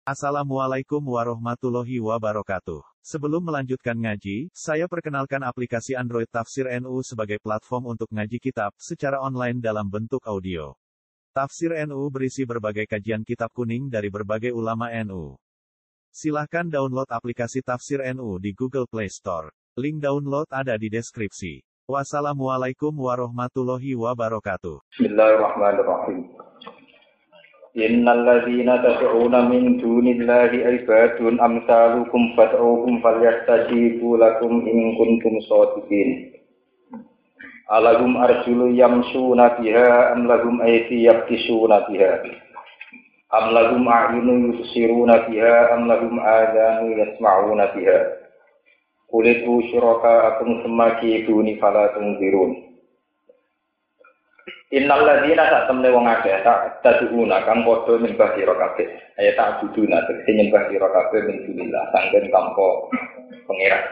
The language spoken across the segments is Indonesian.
Assalamualaikum warahmatullahi wabarakatuh. Sebelum melanjutkan ngaji, saya perkenalkan aplikasi Android Tafsir NU sebagai platform untuk ngaji kitab secara online dalam bentuk audio. Tafsir NU berisi berbagai kajian kitab kuning dari berbagai ulama NU. Silahkan download aplikasi Tafsir NU di Google Play Store. Link download ada di deskripsi. Wassalamualaikum warahmatullahi wabarakatuh. Bismillahirrahmanirrahim. Innal ladzina tad'una min dunillahi ibadun amsalukum fad'uhum falyastajibu lakum in kuntum shadiqin. Alahum arjulu yamshuna biha am lahum aydin yabtishuna biha. Am lahum a'yunun yubsiruna biha am lahum adhanun yasma'una biha. Qul id'u syuraka'akum thumma kiduni fala tunzirun. Innal ladzina sak temne wong akeh tak taduna kang padha nyembah sira kabeh. Ayat tak buduna tegese nyembah sira kabeh min dunillah sanggen tanpa pangeran.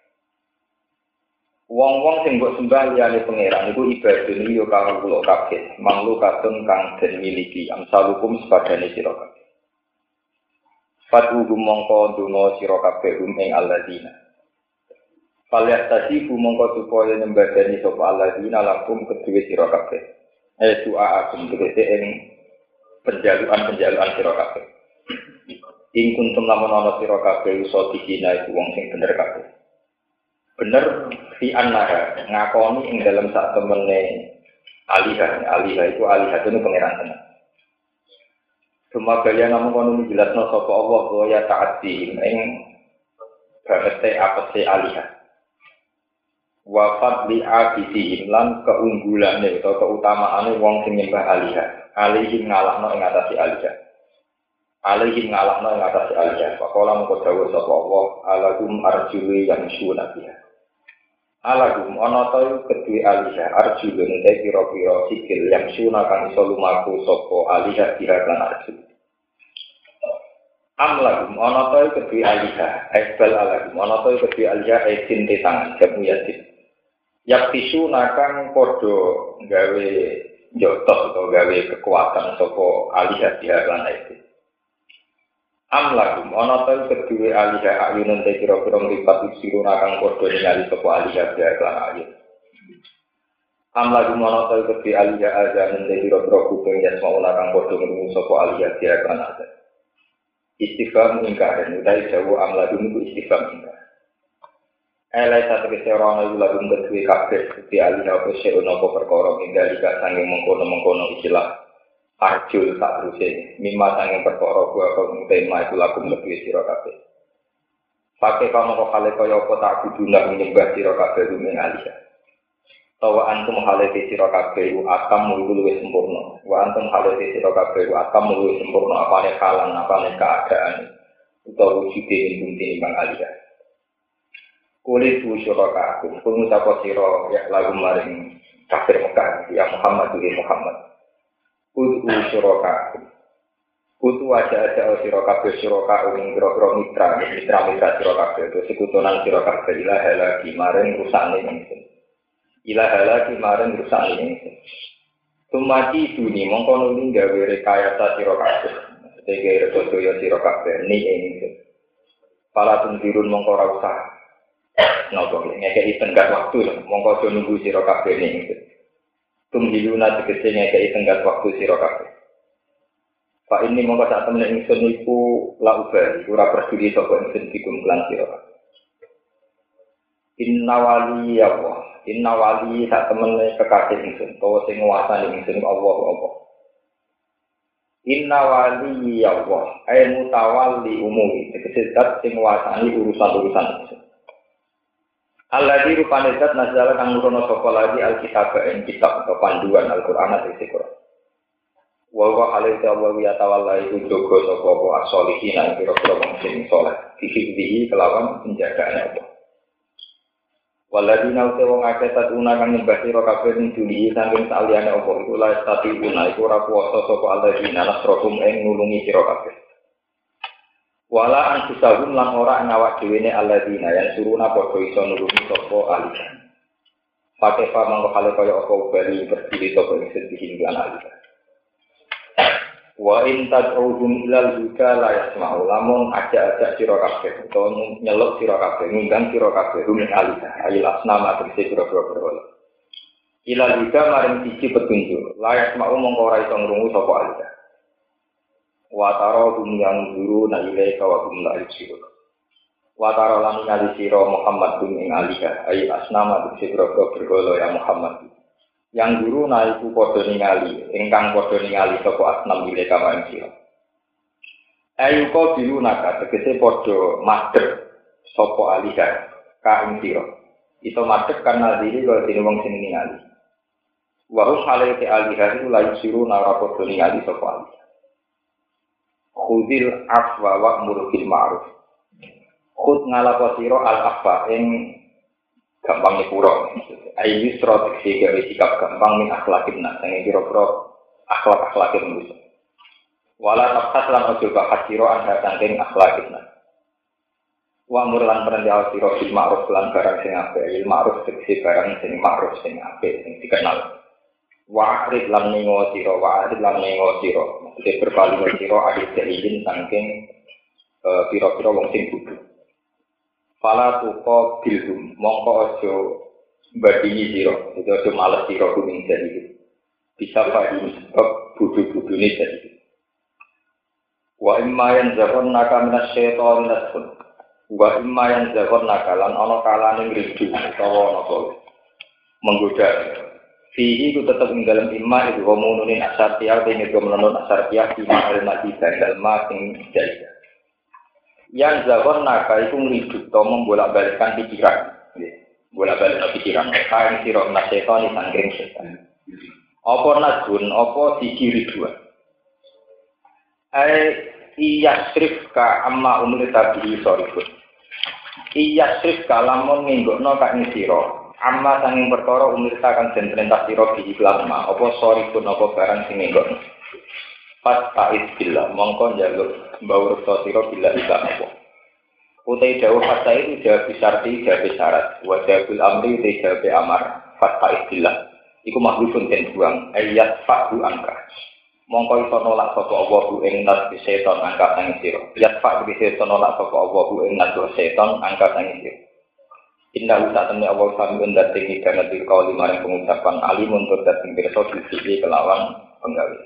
Wong-wong sing mbok sembah liyane pangeran iku ibadah liya karo kula kabeh. Manglu katun kang den miliki amsalukum sepadane sira kabeh. Fatu mongko donga sira kabeh ing alladzina. Falyat tasibu mongko supaya nyembadani sapa alladzina lakum kedue sira kabeh. Doa agung tegese ing penjaluan sira kabeh. Ing kuntum lamun ana sira kabeh iso dikina iku wong sing bener kabeh. Bener fi annaha ngakoni ing dalam sak temene alihah iku alihatune pangeran tenan. Sumagaya namung kono dijelasno sapa Allah bahwa ya ta'ati ing bangete apese alihah. Wafat li abidihim lan keunggulane atau keutamaane wong sing nyembah alihah. Alihim ngalahno ing atase alihah. Pakola mengko dawuh sapa Allah, alagum arjuli yang syuna biha. Alagum ana ta kedue alihah arjulun te pira-pira sikil yang syuna kang iso lumaku sapa alihah biha lan arjul. Amlagum ana ta kedue alihah, ekbal alagum ana ta kedue alihah esin te tangan jamu yasin. Yaktisu nakang podo gawe jotos atau gawe kekuatan sapa alihah diharan itu. Amlagum ana ta kedue alihah ayunun te kira-kira mripat siru nakang podo ningali sapa alihah diharan ayun. Amlagum ana ta kedue alihah azanun te kira-kira kuping yasmauna kang podo ngrungu sapa alihah diharan azan. Istifham ingkar utawi jawu amlagum iku istifham ingkar. Elai satu keseorang lagu lagu berdua kabeh di alih apa seorang apa perkara menggalikan sanging mengkono istilah arjul tak terusé mimma sanging perkara gua kau tema itu lagu lebih sira kabeh. Pakai kamu kok hale kaya apa tak kuduna menyembah sira kabeh rumeng alih. Tawa antum hale sira kabeh atam mulu luwih sempurna. Wa antum hale sira kabeh atam mulu sempurna apane kalan apane keadaan utawa wujude ing bang alih. Kulit syuraka aku, pun ucapa siro ya lagu maring kafir Mekah ya Muhammad. Kulit syuraka aku, kutu aja siro kafir syuraka ing biro mitra siro kafir itu sekutunan siro kafir ilah lagi maring rusane ini. Tumati duni mongko nuli gawe rekayasa siro kafir, sebagai rekodoyo siro kafir ni ini. Para tundirun mongko rausah. Nopo ngekei tenggat waktu mongko do nunggu sira kabeh ning tumhiluna tegese ngekei tenggat waktu sira kabeh. Pak ini mongko sak temene ingsun iku la ubah ora peduli sapa ingsun dikumplan sira kabeh. Inna wali sak temene kekasih ingsun utawa sing nguasani ingsun Allah. Inna wali Allah ay mutawalli umuri tegese zat sing nguasani urusan-urusan ingsun. Alladzi rupane zat nazala kang nurono sapa lagi alkitab ing kitab atau panduan Al-Qur'an ing Al-Qur'an. Wa wa alaihi wa yatawalla iku jogo sapa apa as-solihin lan pira-pira wong sing saleh. Dihibdihi kelawan penjagaane Allah. Waladina uta wong akeh tatuna kang nyembah sira kabeh ning dunya saking saliyane Allah iku la statiuna iku ora kuwasa sapa alladzina nasrohum ing nulungi sira kabeh. Wala anfusahum lan ora ngawak dhewe ne alladzina yang suruna padha iso nulungi sapa alika. Pakai pamangko kale kaya apa bali berdiri sapa ing sedih lan alika. Wa in tad'uhum ilal huda la yasma'u lamun ajak-ajak sira kabeh utawa nyeluk sira kabeh ngundang sira kabeh min alisa ayil asnama tegese pira-pira ilal huda maring siji petunjuk la yasma'u mongko ora iso ngrungu sapa alisa wa tara yang guru na ilaika wa hum la yusirun wa tara lan ngali sira Muhammad ing alisa ayil asnama tegese pira-pira ya Muhammad yang guru naiku podo ningali, ingkang podo ningali sapa asnam ile kama sira. Ayu ko bilu naka tegese podo madhep sapa alika ka ing sira. Iso madhep karena diri kok dene wong sing ningali. Wa hum halaiti alika iku la yusiru nara podo ningali sapa alika. Khudil afwa wa'mur bil ma'ruf. Khud ngalapo sira al afwa ing gampang nyepuro. Ayu strategi gawe sikap gampang min akhlakin nas sing kira-kira akhlak manusia. Wala tafsas lan ojo bahas sira anda saking akhlakin nas. Wa murlan perintah sira bil ma'ruf lan barang sing apik, il ma'ruf tegese barang sing ma'ruf sing apik sing dikenal. Wa arid lan ningo sira, mesti berpaling sira adit izin saking pira-pira wong sing bodho. Fala tuqa bilhum mongko aja badini sira, aja males sira kuning jadi. Bisa padi sebab bodho-bodhone jadi. Wa imma yanzaghannaka minasyaitonir rajim. Wa imma yanzaghannaka lan ana kalane ngridu utawa napa menggoda. Fihi ku tetep ing dalem imma iku ngomonune asartiyah dene gomenon asartiyah di ma'al-mati dalem sing jadi. Yang zakon naka itu ngriduk atau membolak-balikkan pikiran, bolak-balik pikiran. Kain sirok naseton di sangkring setan. Apa najun, apa dikiri dua. Iyasrif ka amma umur tabi sorifun. Iyasrif ka lamun minggokno ka ing siro. Amma sanging perkara umur takan den perintah siro di lama. Apa sorifun, apa barang sing minggokno. Pas ta'id billah, mongko njaluk mbau reksa sira billah ila apa. Utai dawuh fasa itu jawab bisarti, jawab syarat. Wa jawabul amri, utai jawab amar. Pas ta'id billah. Iku makhlukun den buang. Ayat fa'hu angka. Mongko iso nolak sapa Allah ing nas setan angka sang sira. Ayat fa'hu iso nolak sapa Allah ing nas setan angka sang sira. Inna usatamni Allah sami undat tinggi kana dikau maring pengucapan alimun tur dateng pirsa disi kelawan penggawe.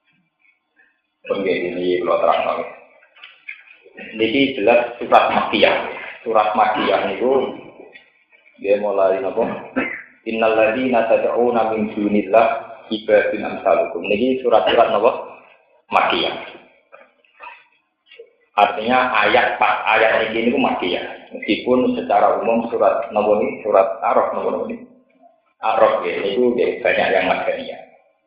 Ini kalau terang Jadi jelas surat Makkiyah. Surat Makkiyah itu dia mulai apa? Innal ladzina tad'una min dunillah ibadun amsalukum. Ini surat-surat apa? Makkiyah. Artinya ayat ini itu Makkiyah. Meskipun secara umum surat nomor ini surat Araf nomor ini. Araf itu banyak yang Madaniyah.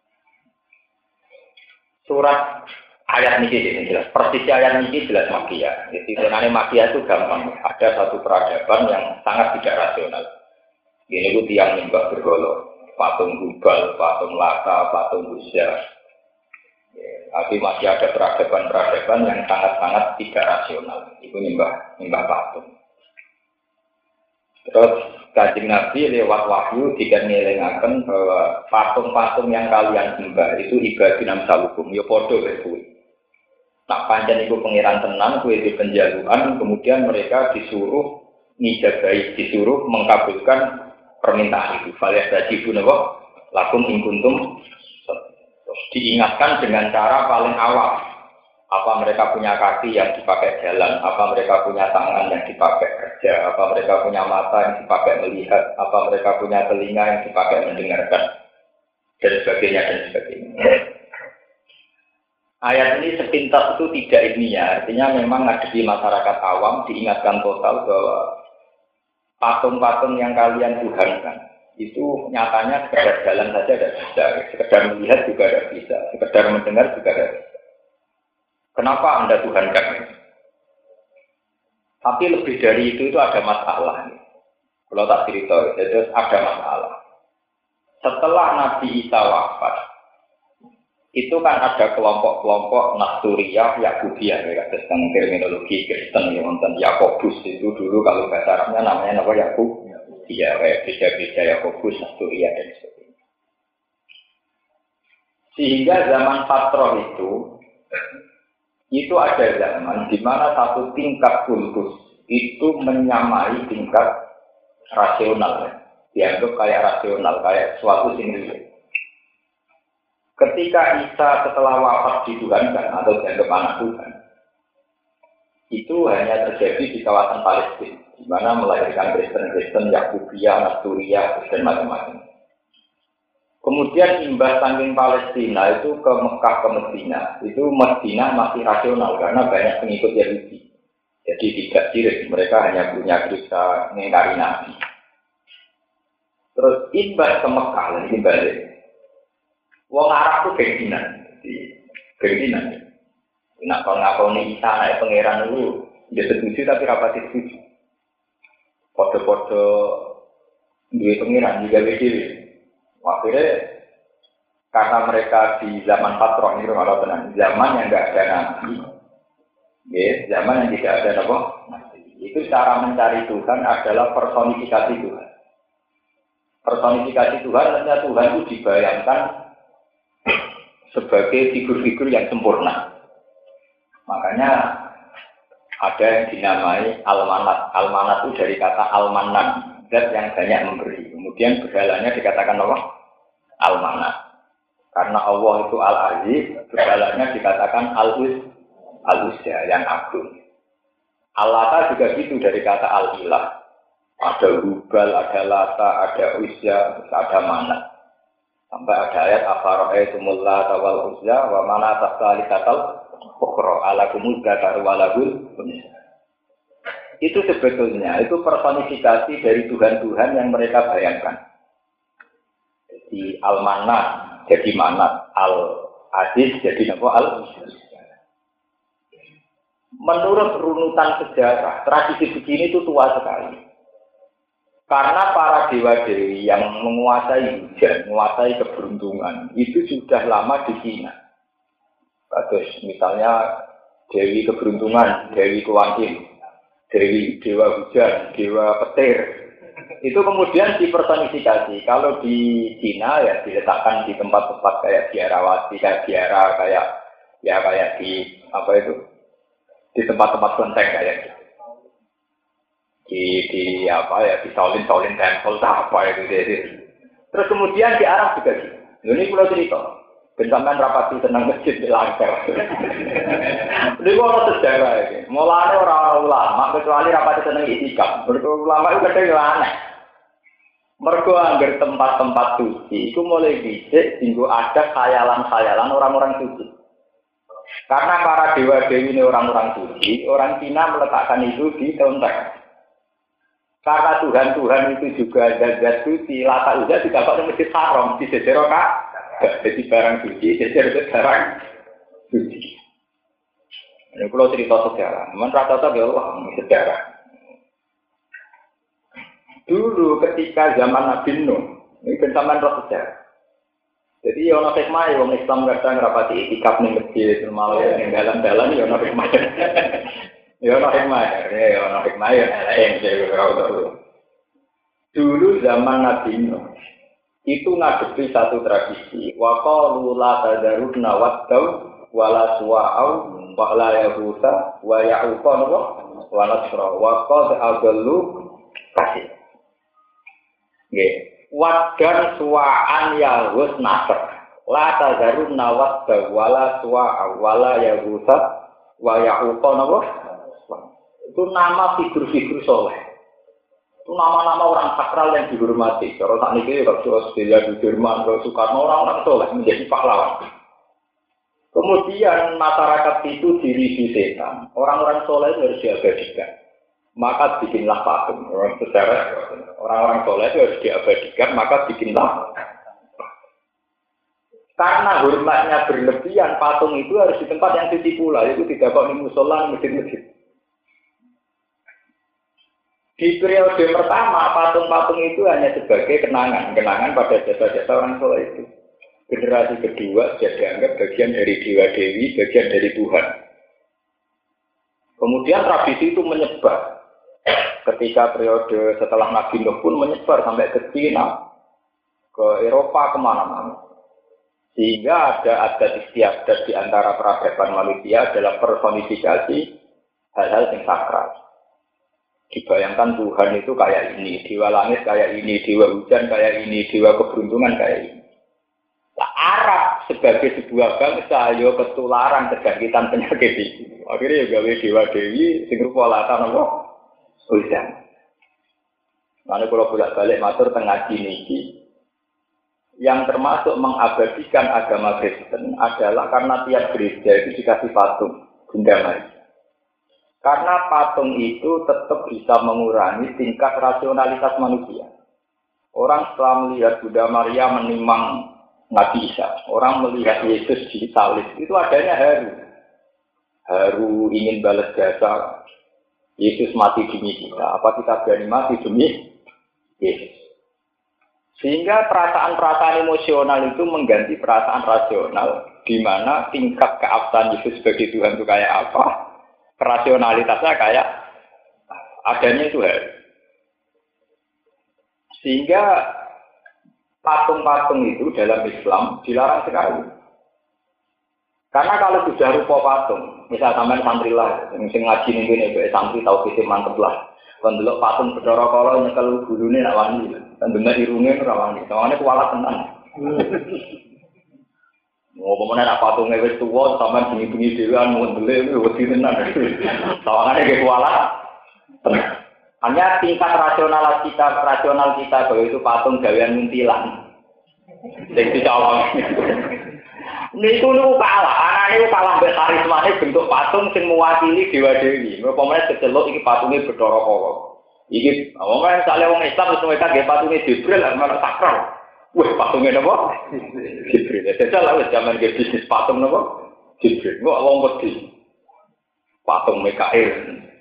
Surat ayat ini jelas, persisnya ayat ini jelas Makkiyah. Jadi sebenarnya Makkiyah itu gampang. Ada satu peradaban yang sangat tidak rasional. Ini itu tiang nyembah bergolo, patung Hubal, patung Lata, patung Uzza. Tapi masih ada peradaban-peradaban yang sangat-sangat tidak rasional. Itu nyembah patung. Terus Kanjeng Nabi lewat wahyu tidak ngelingaken bahwa patung-patung yang kalian sembah itu ibadun amsalukum. Ya podo kuwi. Nak pancen iku pangeran tenan kuwi di penjaluan, kemudian mereka disuruh ngijabahi, disuruh mengabulkan permintaan itu. Falias tadi pun apa? Lakum in kuntum. Diingatkan dengan cara paling awal. Apa mereka punya kaki yang dipakai jalan, apa mereka punya tangan yang dipakai kerja, apa mereka punya mata yang dipakai melihat, apa mereka punya telinga yang dipakai mendengarkan, dan sebagainya, dan sebagainya. Ayat ini sepintas itu tidak ilmiah, artinya memang ngadepi masyarakat awam diingatkan total bahwa patung-patung yang kalian tuhankan itu nyatanya sekedar jalan saja tidak bisa, sekedar melihat juga tidak bisa, sekedar mendengar juga tidak bisa. Kenapa Anda tuhankan? Tapi lebih dari itu ada masalah. Kalau tak cerita, jadi ada masalah. Setelah Nabi Isa wafat, itu kan ada kelompok-kelompok Nasturiyah, Yakubiyah, tentang terminologi Kristen yang nonton Yakobus itu dulu kalau bahasa Arabnya namanya apa Yakub, ya beda-beda Yakobus, Nasturiyah dan sebagainya. Sehingga zaman Fatroh itu Itu ada zaman di mana satu tingkat kultus itu menyamai tingkat rasional. Dianggap kayak rasional, kayak suatu sendiri. Ketika Isa setelah wafat dituhankan atau dianggap anak Tuhan, itu hanya terjadi di kawasan Palestina, di mana melahirkan Kristen-Kristen, Yakubiyah, Nasturiyah, dan macam-macam. Kemudian imbas saking Palestina itu ke Mekah, ke Medina. Itu Medina masih rasional karena banyak pengikut Yahudi. Jadi tidak sirik, mereka hanya punya kisah mengingkari Nabi. Terus imbas ke Mekah, lagi balik. Wong Arab itu gengsinan. Gengsinan. Nah, kalau ngakoni Isa, naik pangeran itu, dia setuju tapi rapat setuju. Foto-foto duit pangeran juga beda. Akhirnya karena mereka di zaman patron itu kalau tenang, zaman yang enggak ada nabi, ya, zaman yang tidak ada apa, itu cara mencari Tuhan adalah personifikasi Tuhan. Personifikasi Tuhan, artinya Tuhan itu dibayangkan sebagai figur-figur yang sempurna. Makanya ada yang dinamai almanat. Almanat itu dari kata almanan. Zat yang banyak memberi. Kemudian berhalanya dikatakan apa? Al-Manat. Karena Allah itu Al-Aziz, berhalanya dikatakan Al-Uzza yang agung. Al-Lata juga gitu dari kata Al-Ilah. Ada Hubal, ada Lata, ada Uzza, ada Manat. Sampai ada ayat afara'aitumul Lata wal Uzza wa Manat as-salikatal ukhra alakumul dzakaru walahul unsa. Itu sebetulnya, itu personifikasi dari Tuhan-Tuhan yang mereka bayangkan. Jadi Al-Manat, jadi Manat. Al-Aziz, jadi apa? Al-Aziz. Menurut runutan sejarah, tradisi begini itu tua sekali. Karena para dewa-dewi yang menguasai hujan, menguasai keberuntungan, itu sudah lama di Cina. Terus misalnya Dewi Keberuntungan, Dewi Kewantin, Dewi Dewa Hujan, Dewa Petir, itu kemudian dipersonifikasi. Kalau di Cina ya diletakkan di tempat-tempat kayak biarawati, kayak biara, kayak di apa itu, di tempat-tempat kelenteng kayak gitu. Di apa ya, di Shaolin Temple, apa itu. Terus kemudian di Arab juga gitu. Ini pulau cerita. Bentangan rapati tenang masjid di Langkar. Ini kalau sejarah ini, mulanya orang ulama kecuali rapati tenang itikaf. Ulama itu kadang aneh. Mergo anggar tempat-tempat suci itu mulai dicek hingga ada khayalan-khayalan orang-orang suci. Karena para dewa-dewi ini orang-orang suci, orang Cina meletakkan itu di kelenteng. Karena Tuhan-Tuhan itu juga zat suci, Lata Uzza tidak pakai masjid haram di Sejeroka. Jadi barang suci, jadi barang suci. Ini kalau cerita sejarah, rata-rata ya Allah sejarah. Dulu ketika zaman Nabi Nuh, ini pencaman roh sejarah. Jadi orang hikmah, orang Islam kadang rapati itikaf nih masjid, malah yang dalam-dalam ya orang hikmah. Ya orang hikmah ya lain saya. Dulu zaman Nabi Nuh. Itu ngadepi satu tradisi. Wa qalu la tadaruna waddau wala suwa'au wa la yahusa wa ya'uqan wa nasra wa qad adallu kasih. Nggih. Waddan suwa'an yahus nasr. La tadaruna waddau wala suwa'au wa la yahusa wa ya'uqan itu nama figur-figur soleh. Itu nama-nama orang sakral yang dihormati. Kalau tak nikah, kalau Australia, di Jerman, kalau Soekarno, orang-orang soleh menjadi pahlawan. Kemudian masyarakat itu dirisi setan. Orang-orang soleh itu harus diabadikan. Maka bikinlah patung. Orang-orang soleh itu harus diabadikan, maka bikinlah. Karena hormatnya berlebihan, patung itu harus di tempat yang suci pula. Itu tidak kok di musola, masjid-masjid. Di periode pertama, patung-patung itu hanya sebagai kenangan pada jasa-jasa orang soleh itu. Generasi kedua sudah dianggap bagian dari dewa-dewi, bagian dari Tuhan. Kemudian tradisi itu menyebar. Ketika periode setelah Nabi Nuh pun menyebar sampai ke Cina, ke Eropa, kemana-mana. Sehingga ada adat istiadat di antara peradaban manusia adalah personifikasi hal-hal yang sakral. Dibayangkan Tuhan itu kayak ini, dewa langit kayak ini, dewa hujan kayak ini, dewa keberuntungan kayak ini. Nah, Arab sebagai sebuah bangsa yo ketularan kegagitan penyakit itu. Akhirnya gawe dewa dewi sing rupa latan apa? Hujan. Mana kalau bolak-balik matur tengah niki. Yang termasuk mengabadikan agama Kristen adalah karena tiap gereja itu dikasih patung Bunda Maria. Karena patung itu tetap bisa mengurangi tingkat rasionalitas manusia. Orang setelah melihat Bunda Maria menimang Nabi Isa, orang melihat Yesus disalib, itu adanya haru. Haru ingin balas jasa, Yesus mati demi kita. Apa kita berani mati demi Yesus? Sehingga perasaan-perasaan emosional itu mengganti perasaan rasional, di mana tingkat keabsahan Yesus sebagai Tuhan itu kayak apa? Rasionalitasnya kayak adanya itu haru. Sehingga patung-patung itu dalam Islam dilarang sekali. Karena kalau sudah rupa patung, misal sampean santri lah, yang ngaji ning kene santri tau kite mantep lah. Kon delok patung Bathara Kala nyekel gulune nak wani, kan bener irunge ora wani. Soalnya kuwalat tenan. Ngomongane nak patunge wis tuwa sampean bengi-bengi dhewean mondele wedi tenan. Sawangane ge kuwalat. Hanya tingkat rasional kita bahwa itu patung gawean muntilan. Sing dicolong. Niku kalah, anane kalah mbek karismane bentuk patung sing mewakili dewa dewi. Upamane keceluk iki patunge Bathara Kala. Iki wong misale wong Islam wis mereka nggih patunge Jibril lan sakral. Wah, patunge napa? Jibril. Setelah wis zaman ke bisnis patung napa? Jibril. Kok wong wedi. Patung Mikail.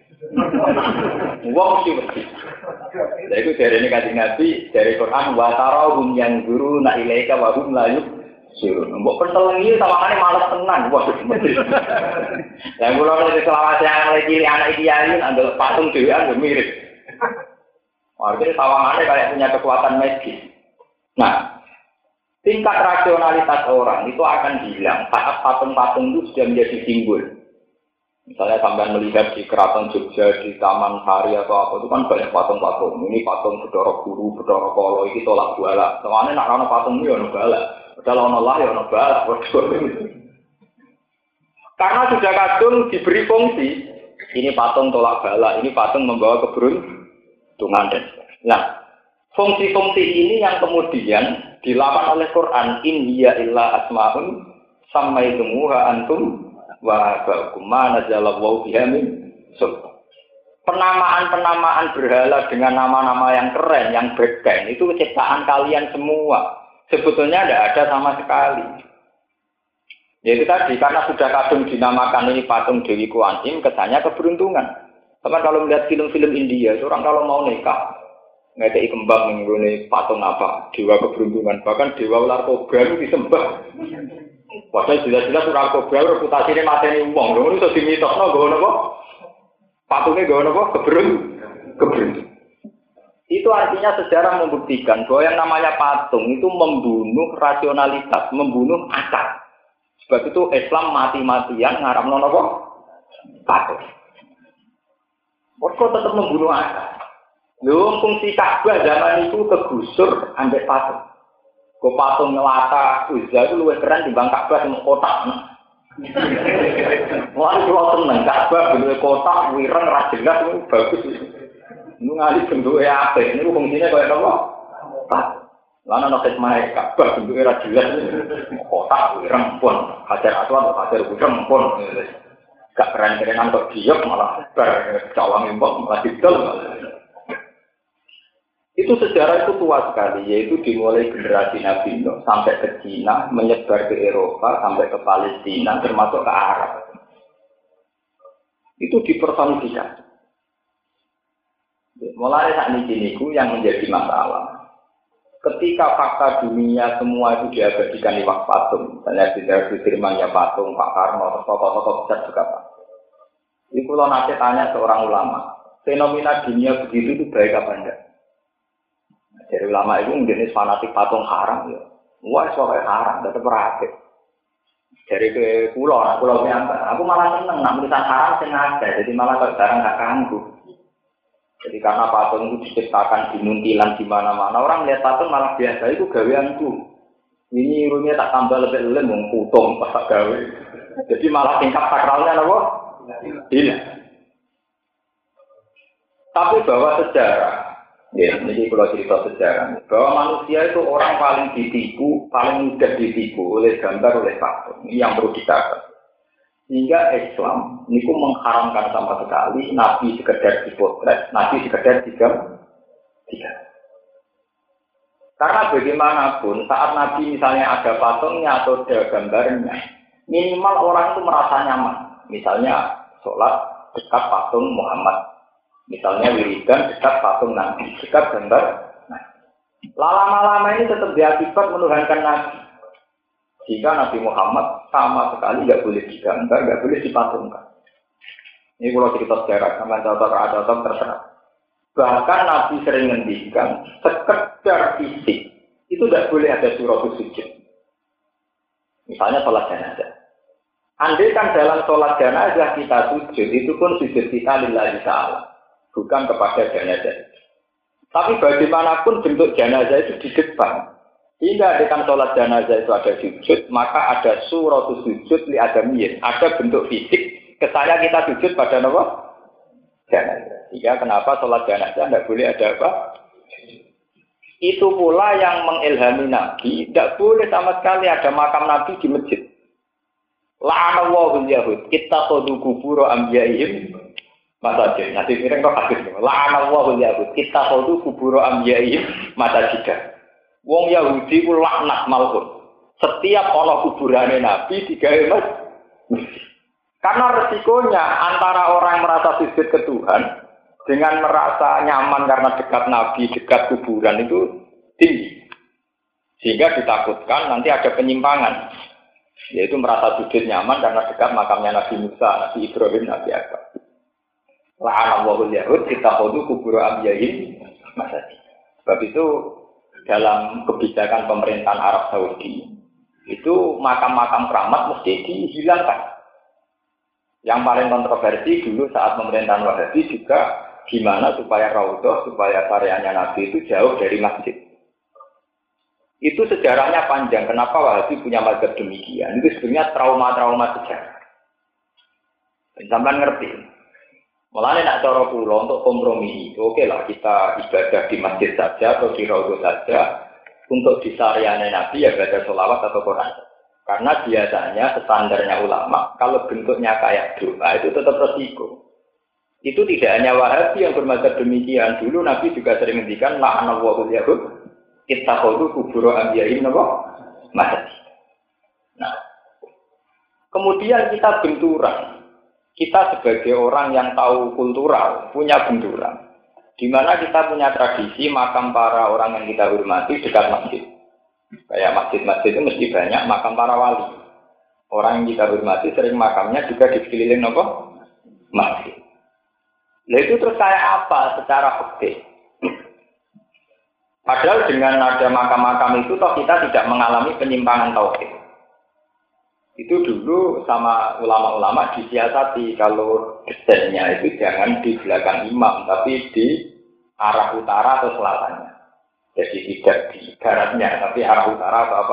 Wong sing wedi. Lha iku jarene Kanjeng Nabi dari Quran wa tarahum yang guru na ilaika wa hum la yusirun. Mbok pentelengi sawangane males tenan. Wah, wedi. Lah kula nek selawase lagi anak kiai andel patung dhewean yo mirip. Artinya sawangane kayak punya kekuatan magis. Nah, tingkat rasionalitas orang itu akan hilang saat patung-patung itu sudah menjadi simbol. Misalnya sampai melihat di Keraton Jogja, di Taman Sari atau apa, itu kan banyak patung-patung. Ini patung Bathara Guru, Bathara Kala, ini tolak bala. Soalnya nak ana patung ini ana bala. Padahal ana Allah ya ana bala. Karena sudah kadung diberi fungsi. Ini patung tolak bala, ini patung membawa keberuntungan. Nah, fungsi-fungsi ini yang kemudian dilakukan oleh Quran, in hiya illa asma'un sammaitumuha antum wa ba'kum ma nazalallahu biha min sultan. Penamaan-penamaan berhala dengan nama-nama yang keren, yang beken, itu ciptaan kalian semua. Sebetulnya tidak ada sama sekali. Yaitu tadi, karena sudah kadung dinamakan ini patung Dewi Kuan Im, kesannya keberuntungan. Teman kalau melihat film-film India, orang kalau mau nikah, ngekei kembang mengguni patung apa, dewa keberuntungan, bahkan dewa ular kobra itu disembah. Padahal jelas-jelas ular kobra reputasinya mateni uang, lalu itu dimitosno gawe napa? Patungnya gawe napa? Keberuntungan. Itu artinya sejarah membuktikan bahwa yang namanya patung itu membunuh rasionalitas, membunuh akal. Sebab itu Islam mati-matian ngaramno napa? Patung. Kok tetap membunuh akal. Lho fungsi Ka'bah zaman itu kegusur ambek patung. Kok patung Lata Uzza itu luwih keren dibanding Ka'bah sing kotak. Wah, itu seneng Ka'bah bentuke kotak, wireng ra jelas itu bagus. Ini ngali bentuke apik, niku fungsinya kaya napa? Patung. Lan ana khidmah Ka'bah bentuke ra jelas. Kotak wireng pun, hajar aswad hajar wireng pun. Gak keren-kerenan kok diok malah bar cawang impok malah didol. Itu sejarah itu tua sekali, yaitu dimulai generasi Nabi Nuh sampai ke Cina, menyebar ke Eropa, sampai ke Palestina, termasuk ke Arab. Itu dipersonifikasi. Mulai saat ini yang menjadi masalah. Ketika fakta dunia semua itu diabadikan lewat patung, misalnya Jenderal Sudirmannya patung, Pak Karno, tokoh-tokoh besar juga patung. Ini kalau nanti tanya seorang ulama, fenomena dunia begitu itu baik apa enggak? Dari ulama itu menjadi fanatik patung haram ya. Wah, soalnya haram, tetap berarti. Dari ke pulau yang aku malah seneng, nak tulisan haram sengaja, jadi malah kalau jarang nggak ganggu. Jadi karena patung itu diciptakan di muntilan di mana-mana, orang lihat patung malah biasa itu gaweanku. Ini irunya tak tambah lebih lem, mengkutung pas gawe. Jadi malah tingkat sakralnya apa? Tidak. Tapi bahwa sejarah, ya, ini kalau cerita sejarah, bahwa manusia itu orang paling ditipu, paling mudah ditipu oleh gambar, oleh patung. Ini yang perlu dikatakan. Hingga Islam ini mengharamkan sama sekali Nabi sekedar dipotret, Nabi sekedar digambar. Karena bagaimanapun saat Nabi misalnya ada patungnya atau ada gambarnya, minimal orang itu merasa nyaman. Misalnya sholat dekat patung Muhammad, misalnya wiridan dekat patung Nabi, dekat gambar. Nah, lama-lama ini tetap diakibat menuhankan Nabi. Jika Nabi Muhammad sama sekali nggak boleh digambar, nggak boleh dipatungkan. Ini kalau cerita sejarah, sama contoh terserah. Bahkan Nabi sering ngendikan, sekedar fisik itu tidak boleh ada surah sujud. Misalnya sholat jenazah. Andai kan dalam sholat jenazah kita sujud, itu pun sujud kita lillahi ta'ala, bukan kepada jenazah. Tapi bagaimanapun bentuk jenazah itu di depan. Hingga dengan sholat jenazah itu ada sujud, maka ada surah sujud li adamiyin. Ada bentuk fisik, kesannya kita sujud pada apa? Jenazah. Sehingga kenapa sholat jenazah tidak boleh ada apa? Itu pula yang mengilhami Nabi, tidak boleh sama sekali ada makam Nabi di masjid. La'anallahu al-yahud, ittakhadhu qubur anbiya'ihim masajid. Nanti kira kok hadis. La'anallahu al-yahud, ittakhadhu qubur anbiya'ihim masajid. Wong Yahudi ku laknat malhun. Setiap ana kuburane Nabi digawe masjid. Karena resikonya antara orang merasa sujud ke Tuhan dengan merasa nyaman karena dekat Nabi, dekat kuburan itu tinggi. Sehingga ditakutkan nanti ada penyimpangan. Yaitu merasa sujud nyaman karena dekat makamnya Nabi Musa, Nabi Ibrahim, Nabi Adam. La'anallahu al-yahud ittakhadhu qubur anbiya'ihim masajid. Sebab itu dalam kebijakan pemerintahan Arab Saudi itu makam-makam keramat mesti dihilangkan. Yang paling kontroversi dulu saat pemerintahan Wahabi juga gimana supaya raudhah, supaya karyanya Nabi itu jauh dari masjid. Itu sejarahnya panjang. Kenapa Wahabi punya mazhab demikian? Itu sebenarnya trauma-trauma sejarah. Sampai ngerti. Mulanya nak cara kula untuk kompromi. Oke lah kita ibadah di masjid saja atau di raudhah saja. Untuk disariane Nabi ya baca sholawat atau Quran. Karena biasanya standarnya ulama, kalau bentuknya kayak doa itu tetap resiko. Itu tidak hanya Wahabi yang bermazhab demikian. Dulu Nabi juga sering ngendikan la'anallahu al-yahud ittakhadhu qubur anbiya'ihim masjid. Nah, kemudian kita benturan. Kita sebagai orang yang tahu kultural punya benturan. Di mana kita punya tradisi makam para orang yang kita hormati dekat masjid. Kayak masjid-masjid itu mesti banyak makam para wali. Orang yang kita hormati sering makamnya juga di sekeliling apa? Masjid. Nah itu terus kayak apa secara fikih? Padahal dengan ada makam-makam itu toh kita tidak mengalami penyimpangan tauhid. Itu dulu sama ulama-ulama disiasati kalau desainnya itu jangan di belakang imam tapi di arah utara atau selatannya. Jadi tidak di baratnya, tapi arah utara atau apa?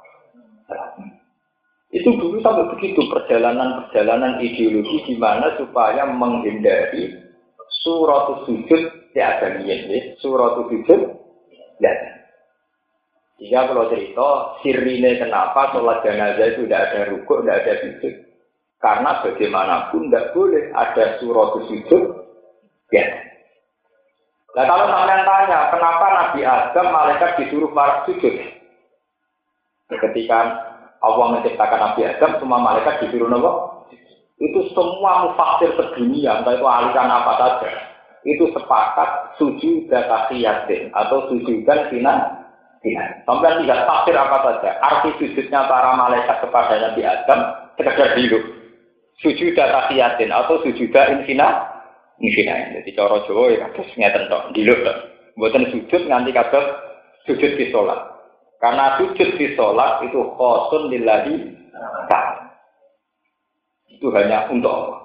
Itu dulu sampai begitu perjalanan ideologi di mana supaya menghindari surat sujud tiada niat, surat sujud tiada. Jika kalau cerita sirine kenapa sholat jenazah itu tidak ada rukuk, tidak ada sujud, karena bagaimanapun tidak boleh ada surat sujud tiada. Nah kalau sampean tanya, kenapa Nabi Adam malaikat disuruh para sujud? Ketika Allah menciptakan Nabi Adam, semua malaikat disuruh apa? Itu semua mufassir sedunia, entah itu aliran apa saja, itu sepakat sujud tahiyatin atau sujudan sinan. Sampean tidak tafsir apa saja, arti sujudnya para malaikat kepada Nabi Adam sekedar hidup. Sujud tahiyatin atau sujudan infinah. Jadi cara Jawa ya kados ngeten tok, diluk tok. Mboten sujud nganti kados sujud di salat. Karena sujud di sholat itu khosun lillahi ta'ala. Itu hanya untuk Allah.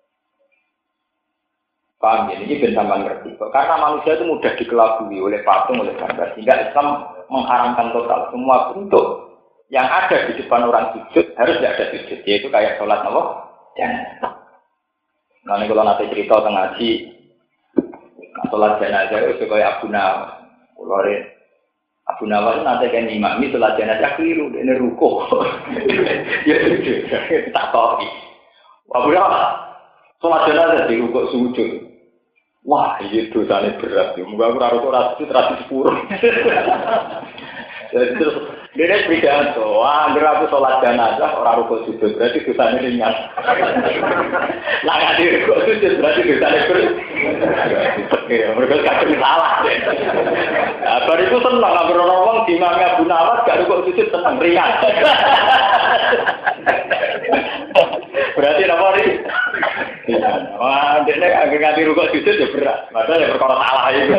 Paham ya? Ini benar-benar ngerti. Karena manusia itu mudah dikelabui oleh patung, oleh gambar. Sehingga Islam mengharamkan total semua bentuk yang ada di depan orang sujud harus tidak ada sujud. Yaitu kayak sholat Allah. Jangan. Nah, ini kalau nanti cerita tengah ngaji, sholat jenazah itu kayak Abu Nawas. Abu Nawas nanti kan imami sholat jenazah keliru, ini ruko. Ya itu, tak tahu. Abu Nawas sholat jenazah di ruko sujud. Wah, ini dosanya berat. Moga aku rasa itu terasi sepuluh. Jadi terus dia pidato, wah, aku sholat jenazah orang ruko sujud berarti dosanya ringan. Lah nggak di ruko sujud berarti dosanya berat. Mereka kadang salah. Baru itu senang nggak berorong di mana Abu Nawas gak ruko sujud senang ringan. Berarti apa nih? Wah, dia agak nganti rukuk sujud ya berat. Padahal ya perkara salah itu.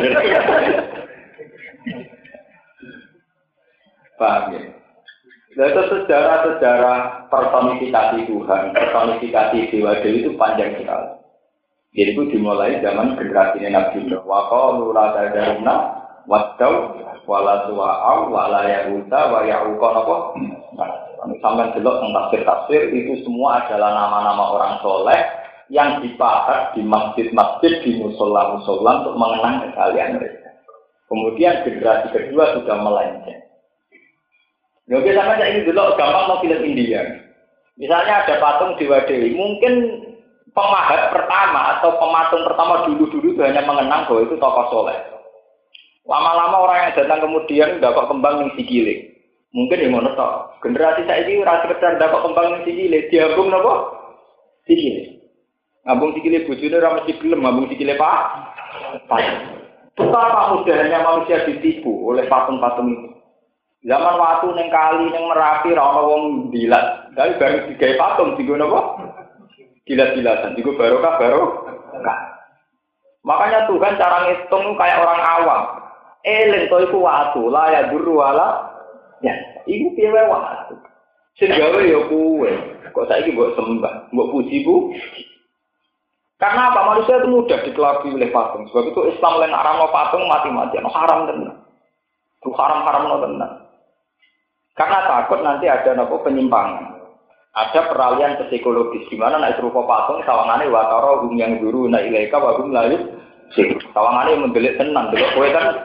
Paham ya? Nah, itu sejarah personifikasi Tuhan, personifikasi Dewa Dewi itu panjang sekali. Jadi itu dimulai zaman generasi Nabi Nuh. Wa qalu la tadaruna wattau wala suwa'u wala yahuta wa ya'uqa apa? Sampai delok tentang tafsir itu semua adalah nama-nama orang soleh yang dipahat di masjid-masjid, di musola-musola untuk mengenang kekalian mereka. Kemudian generasi kedua sudah melenceng. Ya oke, sama saya ini delok gampang mau film India. Misalnya ada patung Dewa Dewi, mungkin pemahat pertama atau pematung pertama dulu-dulu itu hanya mengenang bahwa itu tokoh soleh. Lama-lama orang yang datang kemudian dapat kembang yang Sikile. Mungkin yang ngono tok. Generasi saiki ora sekedar dapat kembang ning sikile, diambung napa? Sikile. Ngambung sikile bojone ora mesti gelem ngambung sikile Pak. Betapa mudahnya manusia ditipu oleh patung-patung itu. Zaman waktu ning kali ning Merapi ora ana wong dilat. Tapi bareng digawe patung dienggo napa? Dilat-dilatan, dienggo barokah. Makanya Tuhan cara ngitung kayak orang awam. Eling to iku watu, la ya duru wala ya, iku piye wae waktu. Sing gawe ya kowe. Kok saiki mbok sembah, mbok puji ku. Karena apa? Manusia itu mudah dikelabui oleh patung. Sebab itu Islam lan haram patung mati-matian, haram tenan. Itu haram-haram tenan. Karena takut nanti ada napa penyimpangan. Ada peralihan psikologis di mana nek rupa patung sawangane watara hum yang guru na ilaika wa hum la sik. Sawangane mendelik tenan, delok kowe kan.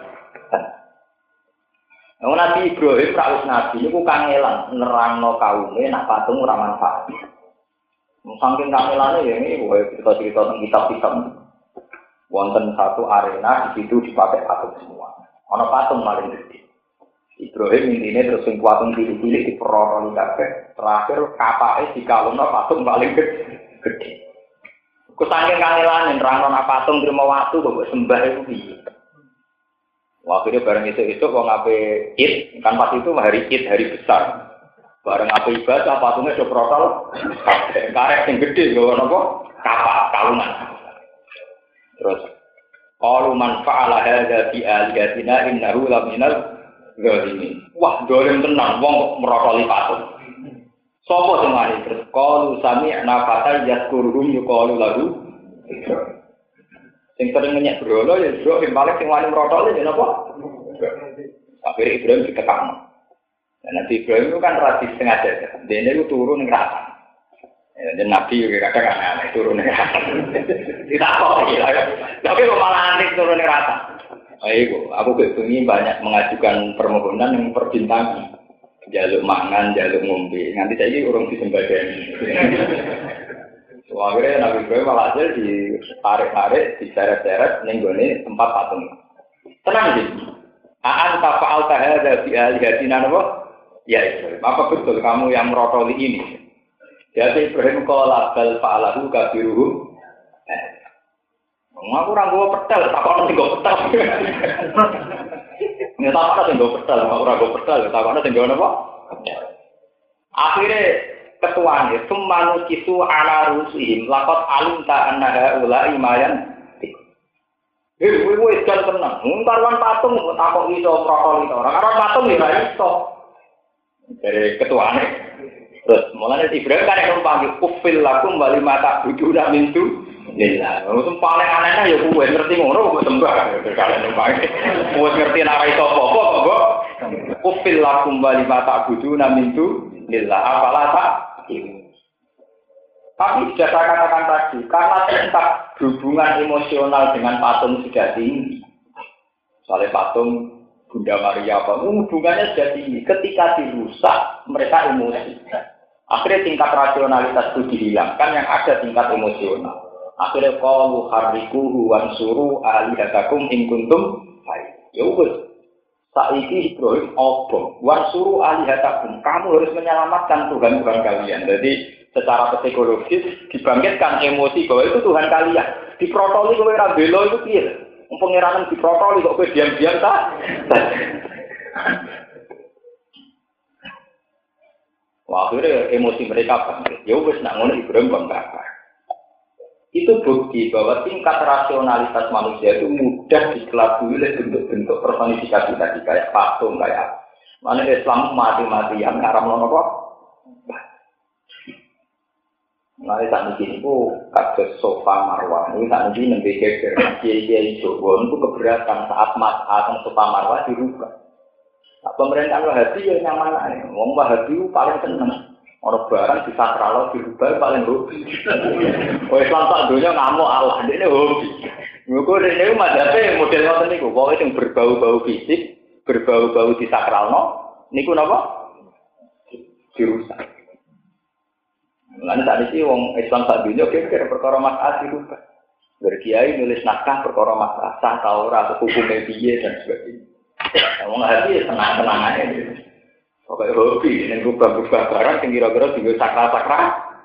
Nabi Ibrahim rawuh nabi niku kangelan nerangno kaume nak patung ora manfaat. Saking kangelane ya ini cerita-cerita tentang kitab-kitab. Wonten satu arena di situ dipakai patung semua. Ana patung paling gede. Ibrahim intine terus sing patung cilik-cilik diperoroni kabeh. Terakhir kapake dikalungno patung paling gede. Ku saking kangelane nerangno patung trimo waktu kok sembah iku piye. Waktu itu bareng itu wong ape Id, kan pas itu hari Id, hari besar. Bareng ape ibadah patungnya do protol. Karek sing gede nggo napa? Kapak kalungan. Terus qalu man fa'ala hadza bi aliyatina innahu la minal zalimin. Wah, dolen tenan wong merotoli patung. Sopo sing mari terus qalu sami'na fatal yazkuruhum yuqalu lahu sing sering ngenyek brolo ya bro, yang paling sing wani merotol ya napa? Akhirnya Ibrahim dikekang. Dan Nabi Ibrahim itu kan radis sengaja. Dia itu turun ning rata. Dan Nabi juga kadang aneh turun ning rata. Tidak apa ya. Tapi malah aneh turun ning rata. Ayo, aku ketungi banyak mengajukan permohonan yang perbintangan. Jaluk mangan, jaluk ngombe. Nanti saya ini urung disembadani. Akhirnya Nabi Ibrahim malah aja ditarik-tarik, diseret-seret, nenggone tempat patung. Tenang sih. Aan tafa'al tahada bi alihatina napa? Ya Ibrahim, apa betul kamu yang merotoli ini? Jadi Ibrahim qala bal fa'alahu kabiruhum. Aku ora nggo petel, takon sing nggo petel. Nek takon sing nggo petel, aku ora nggo petel, takon sing nggo napa? Akhirnya ketuanya semanu kisu ala rusihim lakot alim ta annaha ulai mayan. Wis kan tenang. Karuan patung takok iso protol itu. Ora karuan patung ya ora iso. Dari ketuane. Terus mulane Ibrahim kan yang panggil kufil lakum wali mata buduna mintu. Lillah. Wong paling aneh ya kuwe ngerti ngono kok sembah. Kalian numpangi. Kuwe ngerti nek ora iso apa-apa kok. Kufil lakum wali mata buduna mintu. Lillah. Apalah tak. Tapi sudah saya katakan tadi, karena tingkat hubungan emosional dengan patung sudah tinggi. Soalnya patung Bunda Maria apa, hubungannya sudah tinggi. Ketika dirusak, mereka emosi. Akhirnya tingkat rasionalitas itu dihilangkan, yang ada tingkat emosional. Akhirnya qalu harrikuhu wansuru alihatakum in kuntum baik. Ya wis. Saiki Ibrahim obong, wansuru alihatakum. Kamu harus menyelamatkan Tuhan-Tuhan kalian. Jadi secara psikologis dibangkitkan emosi bahwa itu Tuhan kalian. Diprotoli kowe ora bela itu piye? Pengiranan diprotoli kok kowe diam-diam ta? Wah, akhirnya emosi mereka bangkit. Ya wis nak ngono Ibrahim bangga. Itu bukti bahwa tingkat rasionalitas manusia itu mudah dikelabui oleh bentuk-bentuk personifikasi tadi kayak patung kayak mana Islam mati-matian ngaramno napa? Nah, saat ini itu kasus sofa marwah. Ini saat ini nembe geger kiai Jawa itu keberatan saat atau sofa marwah dirubah. Nah, pemerintahan Wahabi ya nyaman aja. Wong Wahabi itu paling seneng. Orang barang di sakral dirubah paling hobi. Oh Islam tak dunia ngamuk Allah. Ini hobi. Mereka ini mazhabnya model ngoten niku. Pokoknya yang berbau-bau fisik, berbau-bau di sakralno, niku napa? Dirusak. Lan saat ini wong Islam sak dunia kira-kira perkara masalah dirubah. Berkiai nulis naskah perkara masalah sah ta ora hukume piye dan sebagainya. Wong hati senang-senang aja gitu. Pokoke hobi ning rubah-rubah barang sing kira-kira dienggo sakral-sakral.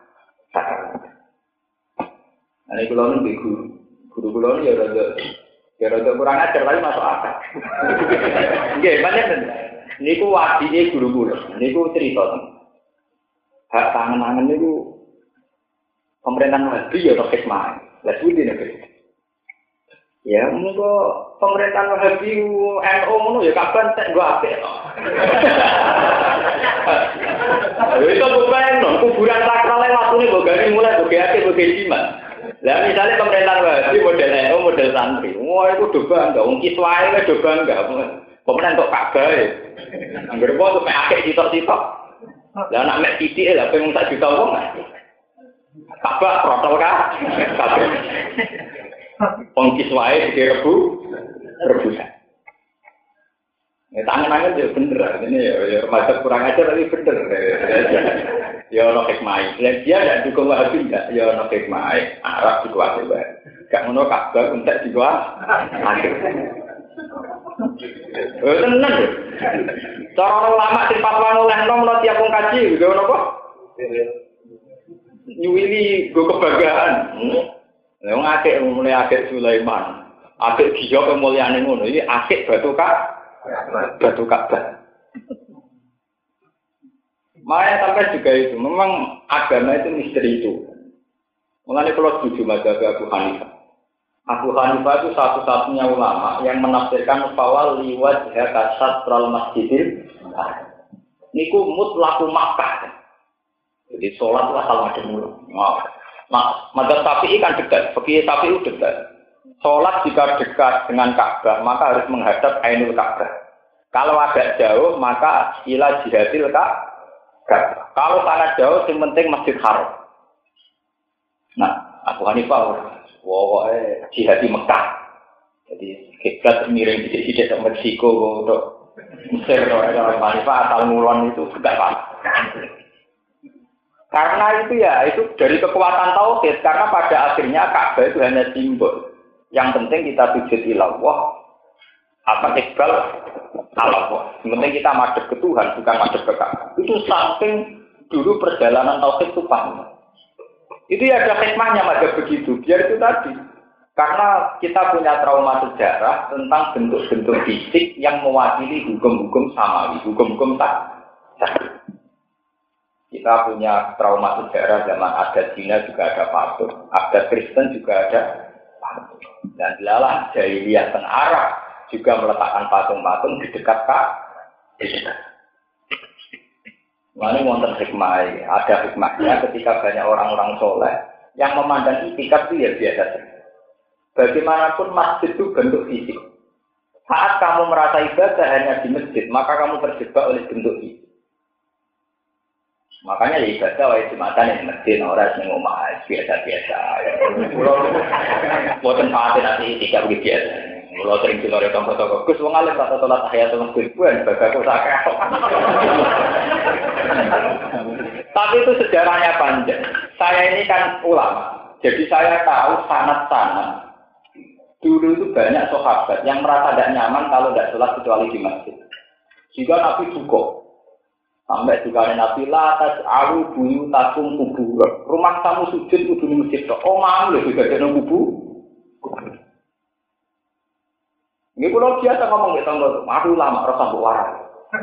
Ane kula nu guru. Guru kula ya rada kurang ajar tapi masuk akal. Nggih, pancen niku wadine guru kula. Niku crita hak tangan-tangan itu pemerintahan Wahabi ya untuk hikmah. Lah suwi nek. Ya monggo pemerintahan Wahabi NU ngono ya kapan tek gua apik. Itu bukan kuburan sakral watune mbok gani mulai mbok ake mbok jimat. Lah misalnya pemerintahan Wahabi model NU model santri. Wah itu do bangga wong kiswae wis do bangga. Pemenang untuk Ka'bah. Angger apa tuh akeh sitok-sitok. Lah anak mek titik lha pengen tak juta wong. Kabeh protol ka. Kabeh. Pongkis wae rebutan. Ya tangan-tangan yo bener. Ini ya remaja kurang ajar tapi bener. Ya ono hikmah. Dia ndak dukung Wahabi enggak. Ya ono hikmah. Arab dikuasai wae. Gak ngono kabeh entek dikuasai. Tenan. Cara ulama sing fatwa olehno menawa tiap wong kaji lho napa? Nyuwili go kebanggaan. Lah wong akeh mulai akeh Sulaiman. Akeh giyo kemuliaane ngono iki akeh batu Ka'bah. Makanya sampai juga itu memang agama itu misteri itu. Mulane kalau setuju mazhab Abu Hanifah. Abu Hanifah itu satu-satunya ulama yang menafsirkan bahwa liwat satral masjidil niku mutlaku Makkah. Jadi sholatlah kalau ada mulu. Mazhab Syafi'i kan dekat, fikih Syafi'i dekat. Sholat jika dekat dengan Ka'bah maka harus menghadap Ainul Ka'bah. Kalau agak jauh maka ila jihadil Ka'bah. Kalau sangat jauh yang penting Masjid Haram. Nah, Abu Hanifah pokoknya jihad di Mekah. Jadi kiblat miring di Meksiko untuk Mesir orang Hanifah asal ngulon itu enggak apa. Karena itu ya itu dari kekuatan tauhid. Karena pada akhirnya Ka'bah itu hanya simbol. Yang penting kita sujud ilallah. Apa iqbal Allah. Yang penting kita madhep ke Tuhan bukan madhep ke Ka'bah. Itu saking dulu perjalanan tauhid itu panjang. Itu ya ada hikmahnya mazhab begitu. Biar itu tadi. Karena kita punya trauma sejarah tentang bentuk-bentuk fisik yang mewakili hukum-hukum samawi, hukum-hukum tak. Kita punya trauma sejarah zaman adat Cina juga ada patung, adat Kristen juga ada Dan dilalah jahiliyah teng Arab juga meletakkan patung-patung di dekat Ka'bah. Ini wonten hikmah, ada hikmahnya ketika banyak orang-orang soleh yang memandang itikaf itu ya biasa saja. Bagaimanapun masjid itu bentuk fisik. Saat kamu merasa ibadah hanya di masjid, maka kamu terjebak oleh bentuk fisik. Makanya ya ibadah wajib Jumatan yang masjid, orang yang ngomong biasa-biasa. Bukan saatnya nanti itikaf begitu biasa. Kalau sering dilore tonggo-tonggo, Gus wong alim tak salat tahiyatul masjid buan bagaku sakeh. Tapi itu sejarahnya panjang. Saya ini kan ulama, jadi saya tahu sanad-sanad. Dulu itu banyak sahabat yang merasa tidak nyaman kalau tidak sholat kecuali di masjid. Jika Nabi duka, sampai juga Nabi latas alu buyu takum kubur. Rumah kamu sujud kudu di masjid. Oh malu juga ada kubur. Ini kalau biasa ngomong gitu, aku lama rasa waras.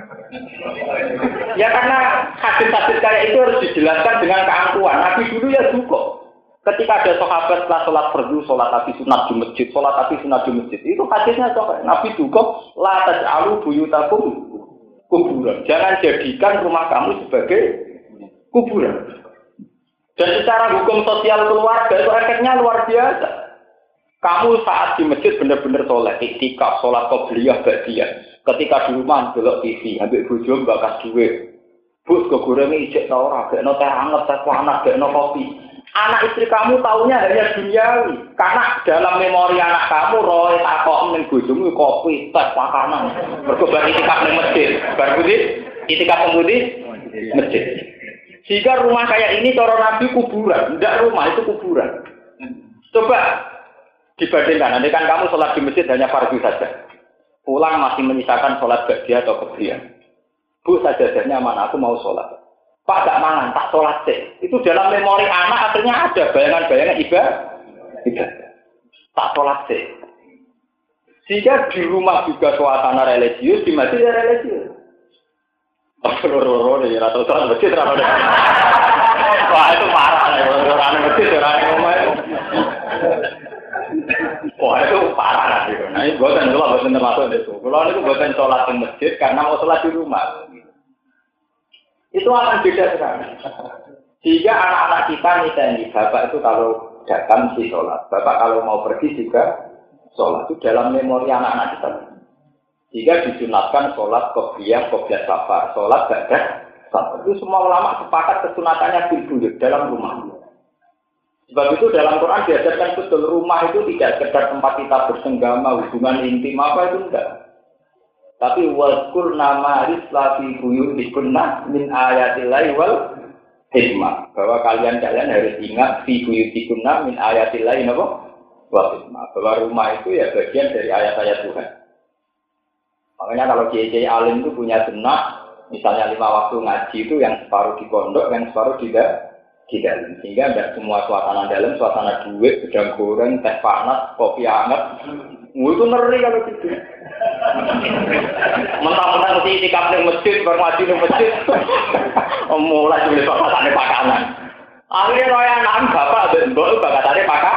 Ya karena hadis-hadis kayak itu harus dijelaskan dengan keangkuhan. Nabi dulu ya duka. Ketika ada sahabat setelah sholat fardu, sholat tapi sunat di masjid, sholat tapi sunat di masjid, itu hadisnya sahabat. Nabi duka, la taj'alu buyutakum kuburan. Jangan jadikan rumah kamu sebagai kuburan. Dan secara hukum sosial keluarga itu efeknya luar biasa. Kamu saat di masjid benar-benar sholat, iktikaf, sholat qobliyah, ba'diyah. Ketika di rumah delok TV, ambil bojo bakas duit. Bus go goreng ijek ta ora, gekno teh anget, teh panas, gekno kopi. Anak istri kamu taunya hanya duniawi. Karena dalam memori anak kamu roe takok ning bojomu kopi, teh, makanan. Mergo bar iktikaf ning masjid. Bar kuwi iktikaf ning masjid. Jika rumah kayak ini cara Nabi kuburan, ndak rumah itu kuburan. Coba dibandingkan, nanti kan kamu sholat di masjid hanya fardu saja. Pulang masih menyisakan sholat ba'diyah atau qabliyah. Bu, sajadahnya mana? Aku mau sholat. Pak, tak mangan, tak sholat sih. Itu dalam memori anak akhirnya ada bayangan-bayangan ibadah. Tak sholat sih. Jika di rumah juga suasana religius, di masjid ya religius. Roro nih, atau sholat masjid, wah itu parah. Orang masjid, orang rumah itu. Wah itu parah nanti. Nah ini bukan kalau bukan termasuk itu. Kalau itu bukan sholat di masjid karena mau sholat di rumah. Itu akan beda sekali. Jika anak-anak kita misalnya bapak itu kalau datang di sholat, bapak kalau mau pergi juga sholat itu dalam memori anak-anak kita. Jika disunatkan sholat qobliyah, qobliyah safar, sholat ba'dah safar itu semua ulama sepakat kesunatannya fil buyut dalam rumah. Sebab itu dalam Quran diajarkan betul rumah itu tidak sekedar tempat kita bersenggama, hubungan intim apa itu enggak. Tapi wazkur nama rislafi buyutikunna min ayatillahi wal hikmah. Bahwa kalian harus ingat fi buyutikunna min ayatillahi wal hikmah. Bahwa rumah itu ya bagian dari ayat-ayat Tuhan. Makanya kalau kiai alim itu punya sunnah, misalnya 5 waktu ngaji itu yang separuh di pondok, yang separuh di dalam, sehingga tidak semua suasana dalam, suasana duit, gedang goreng, teh panas, kopi hangat, itu ngeri kalau gitu. Mentang-mentang mesti itikaf ning masjid, bermaji ning masjid, mulai jumlah pakatane pakanan. Akhirnya roya anak bapak dan mbok bakatane pakak.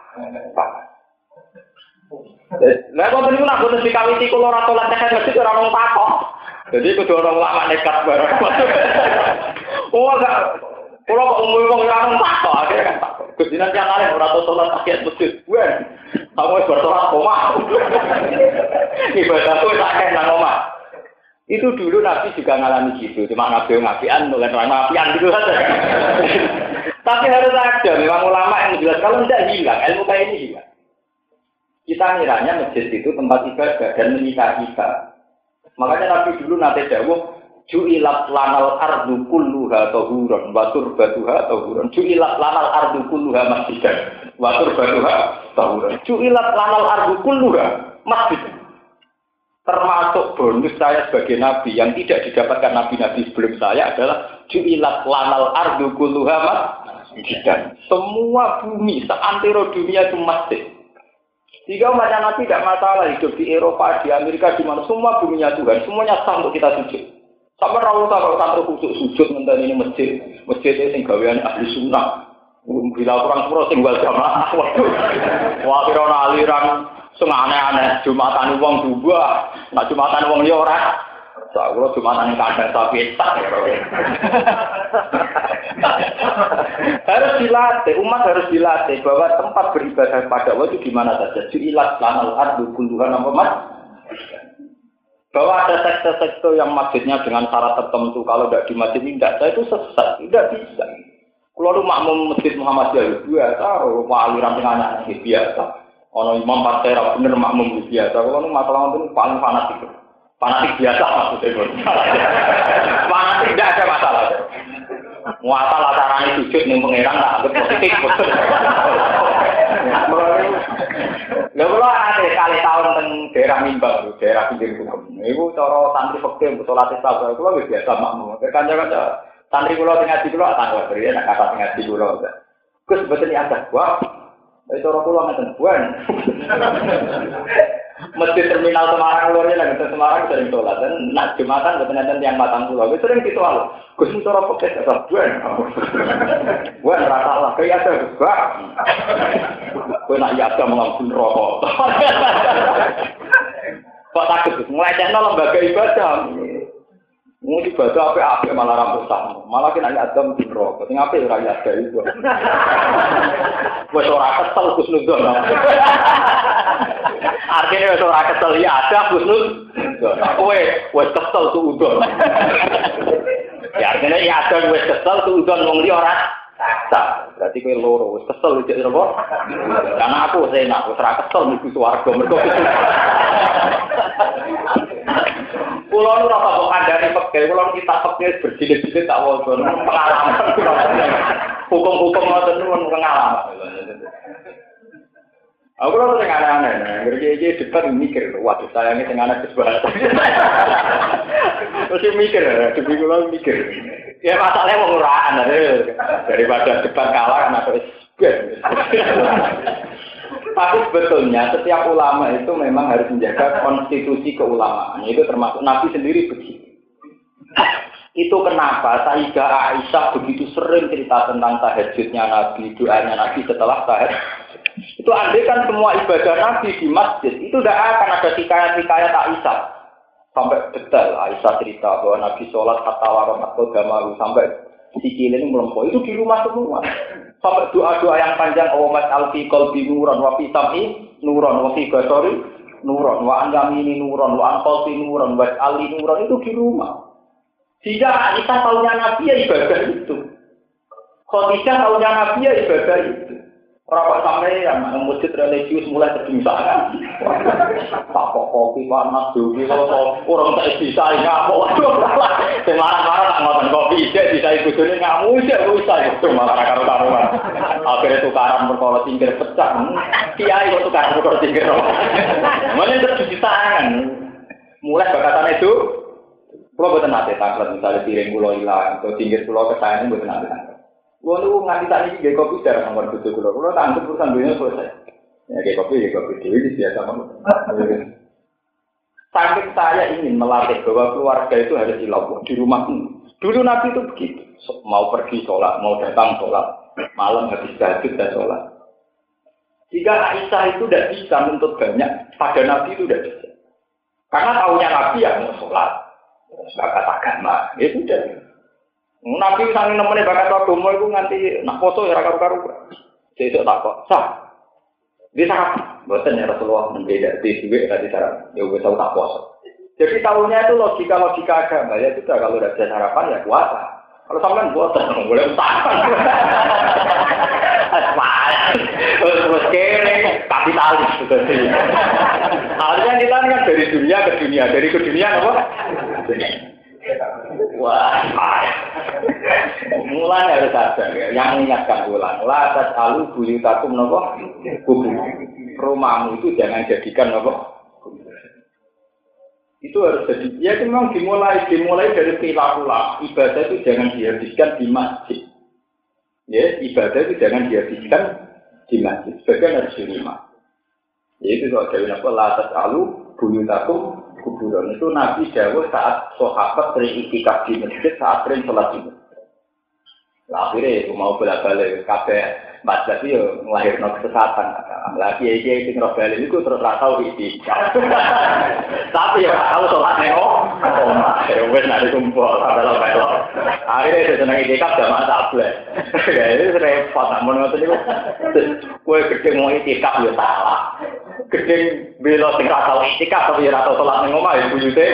Lah kok niku nak boten dikawiti kula ora salat tekan masjid ora ono takok. Jadi kudu orang lama nekat bareng. Oh enggak. Kalau kok umum orang takut, akhirnya kan takut. Kejinan yang lain orang tahu sholat tahiyat masjid, gue, kamu harus bersolat koma. Ibadahku tak kena koma. Itu dulu Nabi juga ngalami gitu, cuma Nabi ngapian, bukan orang ngapian gitu saja. Tapi harus ada, memang ulama yang menjelaskan kalau tidak hilang, ilmu kayak ini hilang. Kita ngiranya masjid itu tempat ibadah dan menikah kita. Makanya Nabi dulu nanti jawab. Ju'ilat lanal ardu kulluha tahuran wa turbatuha tahuran. Ju'ilat lanal ardu kulluha masjidan wa turbatuha tahuran. Ju'ilat lanal ardu kulluha masjid. Termasuk bonus saya sebagai nabi yang tidak didapatkan nabi-nabi sebelum saya adalah ju'ilat lanal ardu kulluha masjidan. Semua bumi seantero dunia itu masjid. Jika umatnya nabi tidak masalah hidup di Eropa, di Amerika, di mana semua buminya Tuhan, semuanya sah untuk kita sujud. Sampai rawuh kalau santri khusus sujud ngenteni ini masjid itu sing gaweane ahli sunnah. Bila kurang sepuluh tinggal jamaah. Waduh. Wah, kira aliran sing aneh-aneh Jumatan wong juga, nak Jumatan wong liya ora. Sak kula Jumatan kandang sapi tak ya. Harus dilatih, umat harus dilatih bahwa tempat beribadah pada Allah itu di mana saja. Ju'ilat lanal ardu kulluha Muhammad. Bahwa ada sekte-sekte yang masjidnya dengan syarat tertentu kalau tidak di masjid tidak, saya itu sesat, tidak bisa. Kalau lu makmum masjid Muhammadiyah biasa, aliran dengan anak biasa. Ono imam partai ra bener makmum biasa. Kalau nu masalah itu paling fanatik. Fanatik biasa maksudnya. Fanatik tidak ada masalah. Muasal acarane sujud ning pangeran tak anggap positif betul. Lha kula ate kali tahun teng daerah Mimbang, daerah pinggir hukum. Iku cara santri fikih salat istisqa kula wis biasa makmum. Kanca-kanca santri kula sing ngaji kula tanggal beri nek kata ngaji kula. Gus mboten ada. Wah. Itu cara kula ngeten buan. Masjid terminal Semarang lore nang Semarang sering salat dan nak Jumatan mboten enten tiyang matang kula. Wis sering ditolak. Gus cara pekes ada buan. Buan ra salah kaya ada Gus. Kowe nak ya ada mengampun rokok. Kok takut nglecehno lembaga ibadah. Mau ibadah apa malah rambut sama, malah kena adam di rokok. Sing apa ora ada itu. Wes ora kesel Gus Nudon. Artinya wes ora kesel ya ada Gus Nudon. Kowe wes kesel tuh udon. Ya artinya ya ada wes kesel tuh udon wong liya ora tak. Berarti kowe loro wes kesel iki apa? Karena aku wis enak, wis ora kesel mlebu swarga mergo. Kulo nu rasa kok kandhane pekeh, kulo kita pekeh berjilid-jilid tak waca pengalaman. Hukum-hukum ngoten niku pengalaman. Aku lho sing aneh-aneh, ngerti-ngerti depan mikir, waduh sayangnya sing aneh disebut. Terus mikir, depan kulo mikir. Ya masalahnya wong uraan daripada depan kalah kan wis Tapi sebetulnya setiap ulama itu memang harus menjaga konstitusi keulamaan. Itu termasuk Nabi sendiri begitu. Itu kenapa Sayyidah Aisyah begitu sering cerita tentang tahajudnya Nabi, doanya Nabi setelah tahajud. Itu andai kan semua ibadah Nabi di masjid, itu tidak akan ada hikayat-hikayat Aisyah. Sampai detail Aisyah cerita bahwa Nabi sholat hatta waramat qadamahu sampai sikilin melempok. Itu di rumah semua. Sampai doa-doa yang panjang Allahumma alfi qalbi nuran wa fi sam'i nuran wa fi basari nuran wa an yamini nuran wa an qalbi nuran wa ali nuran itu di rumah. Jika Aisyah tahunya Nabi ya ibadah itu. Khadijah tahunya Nabi ya ibadah itu. Orang sampai yang masjid religius mulai terbincang. Tak kopi panas dulu kalau orang tak bisa ngamuk. Semarang-marang tak ngotot kopi bisa ikutnya ngamuk bisa itu malah karo karuan. Akhirnya tukaran perkara tinggal pecah. Kiai kok tukaran perkara tinggal. Mana terbincang. Mulai bakatan itu. Kalau betul nanti tanggal misalnya piring pulau hilang atau tinggal pulau kesayangan betul nanti tanggal. Gua lu nganti tadi gak kopi darah nomor 7 kilo. Gua tanggup urusan dunia selesai. Ya gak kopi dewi biasa banget. Saking saya ingin melatih bahwa keluarga itu harus dilakukan di rumah. Dulu Nabi itu begitu. Mau pergi sholat, mau datang sholat, malam habis tahajud dan sholat. Jika Aisyah itu tidak bisa menuntut banyak, pada Nabi itu tidak bisa. Karena tahunya Nabi ya mau sholat, bakat agama, itu sudah. Nabi sang nemene bakat agama iku nganti nak foto ya karo-karo. Sesuk tak kok. Sah. Bisa mboten ya Rasulullah membeda di duwe tadi syarat. Ya wis tau tak poso. Jadi tahunya itu logika agama ya sudah kalau udah ada sarapan ya puasa. Kalau sampean puasa boleh usahakan. Terus kere kapitalis gitu. Harusnya kita kan dari dunia ke dunia, dari ke dunia apa? Wah, mulai harus ada ya. Yang mengingatkan bulan, la tasalu buyutakum nopo kubur. Rumahmu itu jangan jadikan nopo. Itu harus jadi. Ya memang dimulai dari perilaku lah. Ibadah itu jangan dihabiskan di masjid. Ya, ibadah itu jangan dihabiskan di masjid. Sebagian harus diterima. Yaitu kalau dari nopo la tasalu buyutakum kuburan itu Nabi dawuh saat sahabat sering iktikaf di masjid, saat sering sholat di masjid. Akhirnya itu mau bolak-balik kabeh 14 yo nglahirno kesesatan. Lah kiai-kiai sing roh bali iku terus ra tau iki. Tapi ya tau salat ning omah. Ya wis nek kumpul padahal melok. Akhirnya itu seneng itikaf jamaah tablet. Ya itu repot amun ngoten niku. Kowe gedhe mau itikaf yo salah. Gedhe bela sing ra tau itikaf tapi ra tau salat ning omah ya buyute.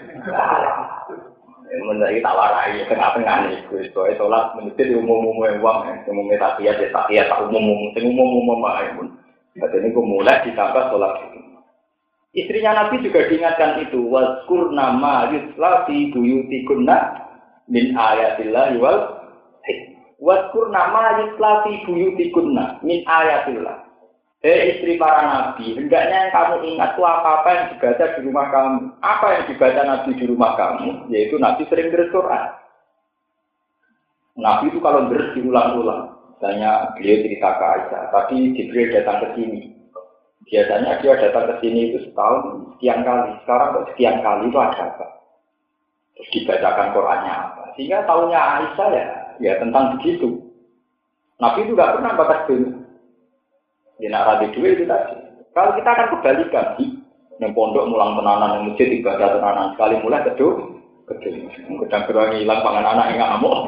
Menjadi tawarai tengah-tengah nih, gue sholat menjadi umum uang, umum metafia, tak umum pun. Jadi ini gue mulai ditambah sholat. Istrinya Nabi juga diingatkan itu, waskur nama yusla fi buyutikunna min ayatillah wal waskur nama yusla fi buyutikunna min ayatillah. Istri para nabi, hendaknya yang kamu ingat itu apa-apa yang dibaca di rumah kamu. Apa yang dibaca Nabi di rumah kamu, yaitu Nabi sering bersurat. Nabi itu kalau diulang-ulang, misalnya beliau cerita ke Aisyah, tadi Jibril datang ke sini. Biasanya dia datang ke sini itu setahun sekian kali. Sekarang kok sekian kali itu ada apa? Terus dibacakan Qur'annya apa? Sehingga tahunya Aisyah ya tentang begitu. Nabi itu nggak pernah bakas dulu. Ya nak rati dua itu tadi. Kalau kita akan kebalikan, yang pondok mulang tenanan, yang masjid ibadah tenanan, sekali mulai kedua, gedang gerang hilang pangan anak yang ngamuk.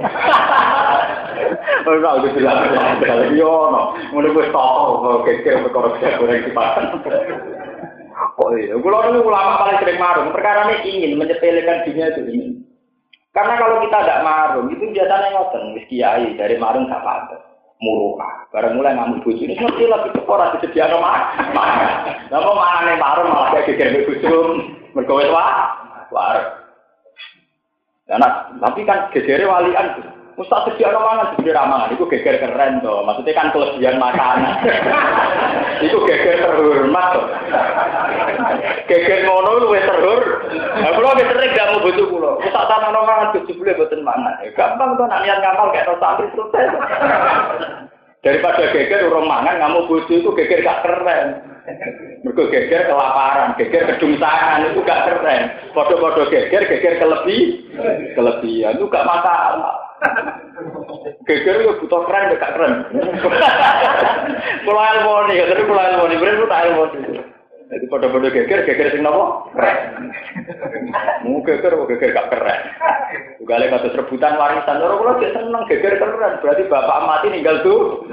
Ora udah bilang ada yo no, mulai wis toko geger perkara goreng dipakan. Kok ya, kula niku ulama paling sering marung, perkara ini ingin menyepelekan dunia itu ini. Karena kalau kita tidak marung, itu biasanya ngoten, wis kiai dari marung gak pantes. Muruah, barang mulai ngamuk bojo ini ngerti lah itu ora disediakno mana. Lah mau manane marung malah kayak geger bojo mergo wis war. Nah, tapi kan gegere walian Ustaz sediakno mangan dibeli ramangan iku geger keren to. Maksudnya kan kelebihan makanan. Iku geger terhormat to. Geger ngono luwih terhormat. Lah kula wis sering gak mau bojo kula. Ustaz tanah mangan bojo bule boten mangan. Gampang to nek niat ngamal gak tau santri sukses. Daripada geger urung mangan ngamuk bojo itu geger gak keren. Mergo geger kelaparan, geger kedungsangan itu gak keren. Padha-padha geger kelebihan itu gak masalah. Geger yo butuh keren gak keren. Kula ilmoni, terus kula ilmoni, bener tak ilmoni. Jadi padha-padha geger sing napa? Keren. Mu geger gak keren. Tugale kados rebutan warisan, ora kula jek seneng geger keren, berarti bapak mati ninggal tuh.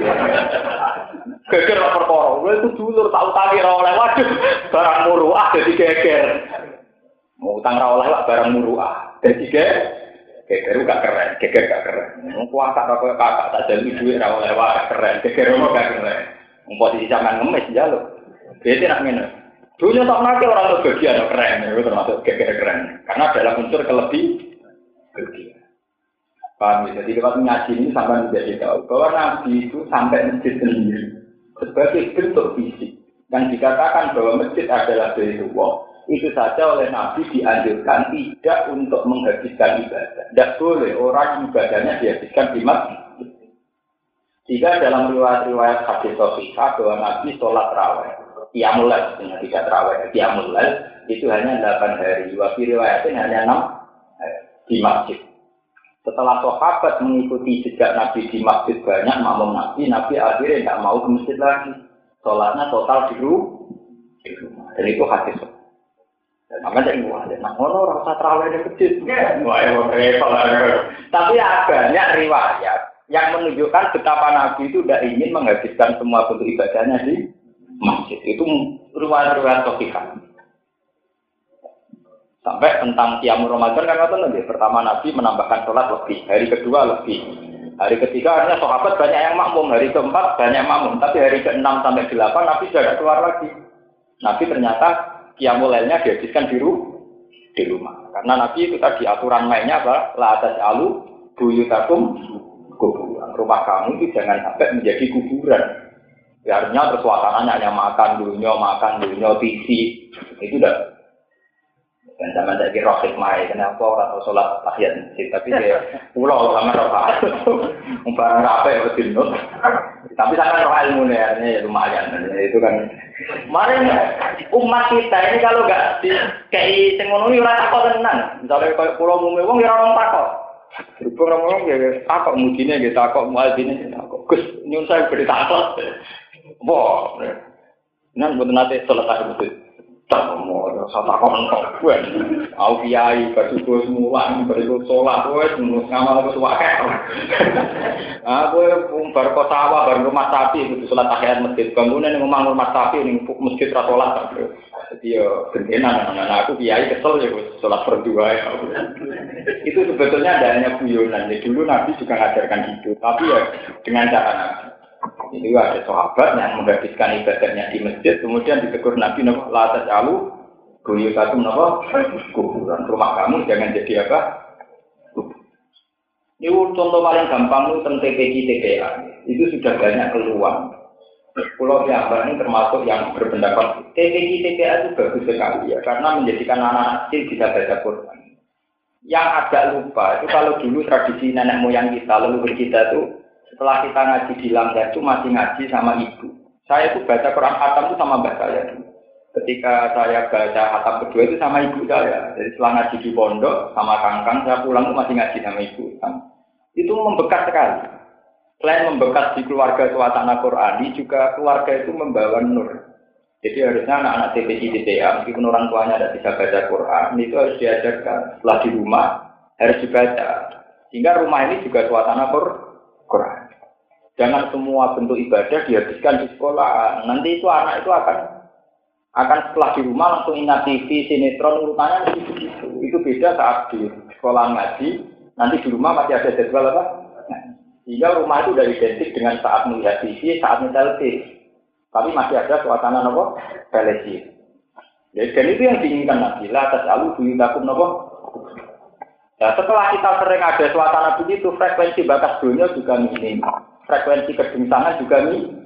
Geger ora perkara, kowe itu dulur tak utangi ora oleh, waduh, barang muruah dadi geger. Mau utang ora oleh barang muruah. Dadi geger gak keren, geger gak keren. Wong kuasa karo kowe kakak tak jaluk dhuwit ora oleh wae keren, geger ora gak keren. Wong posisi sampean ngemis njaluk. Berarti nak ngene. Dunia tak nake orang itu bagian keren, itu termasuk geger keren. Karena dalam unsur kelebihan. Paham ya? Jadi lewat ngaji ini sampai menjadi tahu bahwa Nabi itu sampai masjid sendiri sebagai bentuk fisik. Yang dikatakan bahwa masjid adalah Baitullah, itu saja oleh Nabi dianjurkan tidak untuk menghabiskan ibadah. Tidak boleh orang ibadahnya dihabiskan di masjid. Jika dalam riwayat-riwayat hadis sahihah bahwa Nabi sholat raweh, qiyamul lail, tidak raweh, qiyamul lail itu hanya 8 hari. Wafi riwayatnya hanya 6 hari di masjid. Setelah sahabat mengikuti jejak Nabi di masjid banyak makmum Nabi akhirnya tidak mau ke masjid lagi. Sholatnya total di rumah. Dan itu hadis. Dan makanya wah, nak ngono ora usah tarawih di masjid. Wah, repot. Tapi banyak riwayat yang menunjukkan betapa Nabi itu tidak ingin menghabiskan semua bentuk ibadahnya di masjid. Itu riwayat-riwayat sahihah. Sampai tentang Qiyamul Ramadan kan kata lebih. Pertama Nabi menambahkan sholat lebih, hari kedua lebih, hari ketiga akhirnya sahabat banyak yang makmum, hari keempat banyak makmum, tapi hari ke-6 sampai 8 Nabi sudah tidak keluar lagi. Nabi ternyata Qiyamul Lailnya dihabiskan di rumah. Karena Nabi itu tadi aturan mainnya apa? La taj'alu buyutakum kuburan. Rumah kamu itu jangan sampai menjadi kuburan. Ya, artinya terus suasananya hanya makan dunia, TV, itu udah. Dan zaman saya kira hikmah, kenapa orang sholat tahiyat masjid, tapi dia pulau lama roh, barang rapi betul. Tapi sangat roh ilmunya, ya lumayan. Itu kan, kemarin umat kita ini kalau nggak kayak sengono ini orang takut tenang. Misalnya kayak pulau Mumewong, ya orang takut. Berhubung ngomong ya takok mudine nggih takok muadzine takok. Gus nyun saya beri takok. Wah. Nan mboten nate selesai betul. Tak mau satu kon gue. Au kiai bersyukur semua beriku sholat wes ngamal wes wakil. Aku bar kok sawah bar rumah sapi itu sholat tahiyat masjid. Bangunan yang ngomong rumah sapi ning masjid ra sholat. Jadi yo gentenan aku kiai kesel ya sholat berdua ya. Itu sebetulnya ada hanya guyonan. Jadi dulu Nabi juga ngajarkan itu, tapi ya dengan cara Nabi. Itu ada sahabat yang menghabiskan ibadahnya di masjid, kemudian ditegur Nabi, la tajalu buyutakum kuburan. Rumah kamu jangan jadi apa? Ini contoh paling gampang itu tentang TPQ TPA. Itu sudah banyak keluar. Pulau Jawa ini termasuk yang berpendapat TPQ TPA itu bagus sekali ya, karena menjadikan anak kecil bisa baca Quran. Yang agak lupa itu kalau dulu tradisi nenek moyang kita, leluhur kita itu setelah kita ngaji di Langgar itu masih ngaji sama ibu. Saya itu baca Quran khatam itu sama mbak saya dulu. Ketika saya baca khatam kedua itu sama ibu saya. Jadi setelah ngaji di pondok sama kangkang, saya pulang itu masih ngaji sama ibu. Itu membekas sekali. Selain membekas di keluarga suasana Quran, juga keluarga itu membawa nur. Jadi harusnya anak-anak TPQ TPA, meskipun orang tuanya tidak bisa baca Quran, itu harus diajarkan. Setelah di rumah harus dibaca. Sehingga rumah ini juga suasana Quran. Jangan semua bentuk ibadah dihabiskan di sekolah. Nanti itu anak itu akan setelah di rumah langsung ingat TV, sinetron, urutannya mesti begitu. Itu beda saat di sekolah ngaji, nanti di rumah masih ada jadwal apa? Sehingga rumah itu sudah identik dengan saat melihat TV, saat nyetel TV. Tapi masih ada suasana nopo televisi. Dan itu yang diinginkan Nabi. La tas'alu buyutakum nopo. Nah, setelah kita sering ada suasana begitu, frekuensi bakas dunia juga minim. Frekuensi kegengsangan juga minim.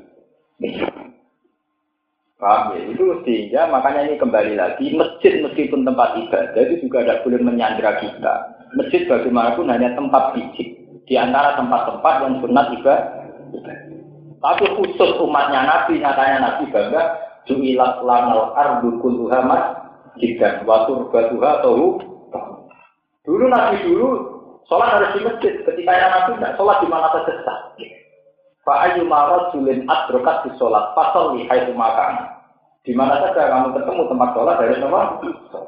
Paham ya? Itu sehingga makanya ini kembali lagi, masjid meskipun tempat ibadah itu juga tidak boleh menyandera kita. Masjid bagaimanapun hanya tempat fisik. Di antara tempat-tempat yang sunat ibadah. Tapi khusus umatnya Nabi, nyatanya Nabi bangga, ju'ilat lanal ardu kulluha masjidan wa turbatuha tahu. Dulu Nabi sholat harus di masjid. Ketika Nabi tidak sholat di mana saja. Fa'ayu marajulin adrokat di sholat pasal lihai makan. Di mana saja kamu ketemu tempat sholat harus nomor.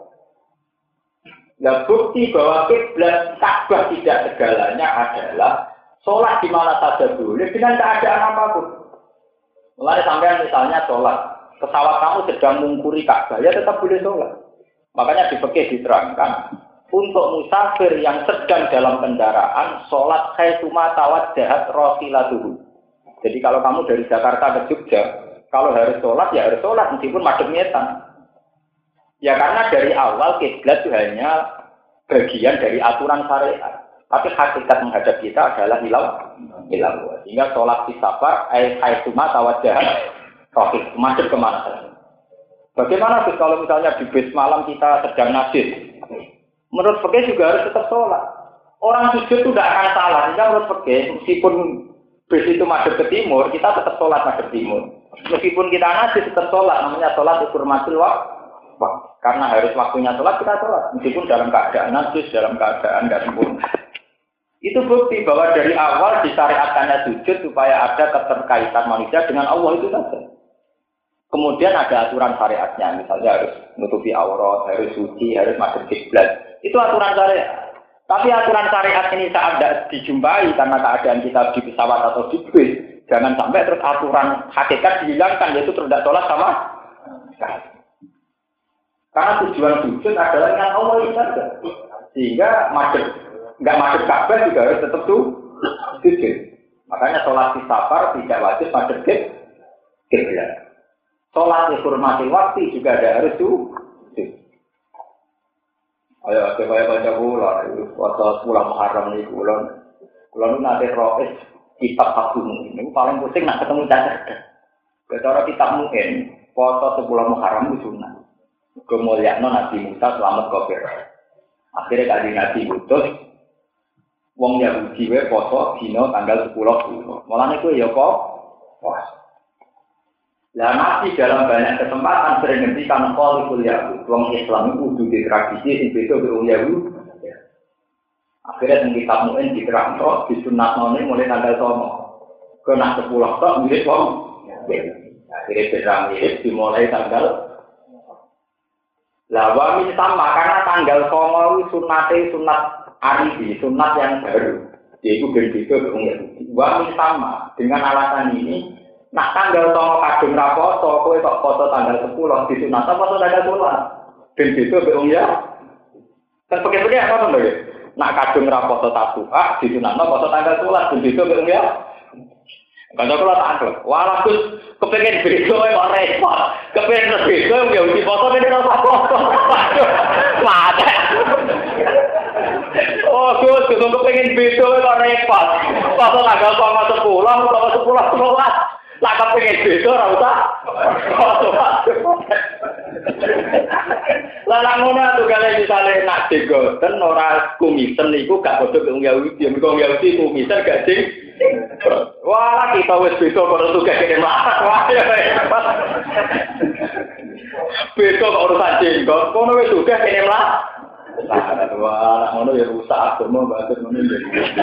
Nah, bukti bahwa kiblat Ka'bah tidak segalanya adalah sholat di mana saja boleh dengan keadaan apapun. Mulai sampai misalnya sholat, pesawat kamu sedang mengukuri Ka'bah, ya tetap boleh sholat. Makanya di fikih diterangkan, untuk musafir yang sedang dalam kendaraan, sholat khaituma tawajjahat rosilatuhu. Jadi kalau kamu dari Jakarta ke Jogja, kalau harus sholat, ya harus sholat, meskipun madem nyetan. Ya karena dari awal kiblat itu hanya bagian dari aturan syariat. Tapi hakikat menghadap kita adalah hilang. Sehingga sholat di safar, khaituma tawajjahat rosilatuhu. Madem kemana saja. Bagaimana sih kalau misalnya di bis malam kita sedang nasid? Menurut fikih juga harus tetap sholat. Orang sujud itu tidak akan salah. Sehingga menurut fikih, meskipun bis itu madhep ke timur, kita tetap sholat madhep timur. Meskipun kita nasis tetap sholat, namanya sholat hurmatil waktu. Karena harus waktunya sholat, kita sholat. Meskipun dalam keadaan nasis, dalam keadaan tidak sempurna. Itu bukti bahwa dari awal disyariatkannya sujud supaya ada keterkaitan manusia dengan Allah itu saja. Kemudian ada aturan syariatnya, misalnya harus menutupi aurat, harus suci, harus madhep kiblat. Itu aturan syariat. Tapi aturan syariat ini saat tidak dijumpai karena keadaan kita di pesawat atau di bis, jangan sampai terus aturan hakikat dihilangkan, yaitu tidak sholat sama sekali. Karena tujuan sujud adalah dengan Allah itu saja. Sehingga nggak madhep Ka'bah juga harus tetap sujud. Makanya sholat di safar tidak wajib madhep kiblat. Sholat dihormati waktu juga ada harus sujud. Ayo supaya baca pula, waktu pulang Muharram ini pulang nanti rois kitab Agung ini paling pusing nak ketemu cacat. Bicara kitab Mu'in, foto 10 Muharram itu sunnah. Kemuliaan Nabi Musa selamat kafir. Akhirnya kali Nabi putus, wong Yahudi we foto dino tanggal 10. Mulane kuwi ya kok. Wah. Lah Nabi dalam banyak kesempatan sering ngendikan qaulul Yahud, wong Islam itu kudu ditradisi sing beda karo Yahud. Akhirnya yang kitab mu'in diterangkan di sunat noni mulai tanggal 9. Kena 10 tok mirip wong. Akhirnya berang mirip dimulai tanggal. Lah wa min sama karena tanggal 9 sunat arifi, sunat yang baru. Yaitu berbeda dengan Yahudi. Wa min sama dengan alasan ini. Nak tanggal 9 kadung raposo, kowe kok foto tanggal 10 disunat foto tanggal 10. Ben beda karo ya. Kan pakai-pakai apa to, Mbak? Nak kadung raposo tatuak disunatno foto tanggal 10 ben beda karo ya. Kan kula tak anggap. Walah Gus, kepengin beda kok repot. Kepengin beda ya uji foto dene ora foto. Mate. Oh, Gus, kepengin beda kok repot. Foto tanggal 10 atau 10 lah kepengin beda ora usah. Lah ngono tuh kale misale nak digoten ora kumisen niku gak padha wong Yahudi, wong Yahudi kumisen gak sing. Wah, kita wis beda karo tugas kene mlarat. Wah, beda kok urusan jenggot, kono wis tugas kene mlarat. Wah, ngono ya rusak agama banget ngono ya.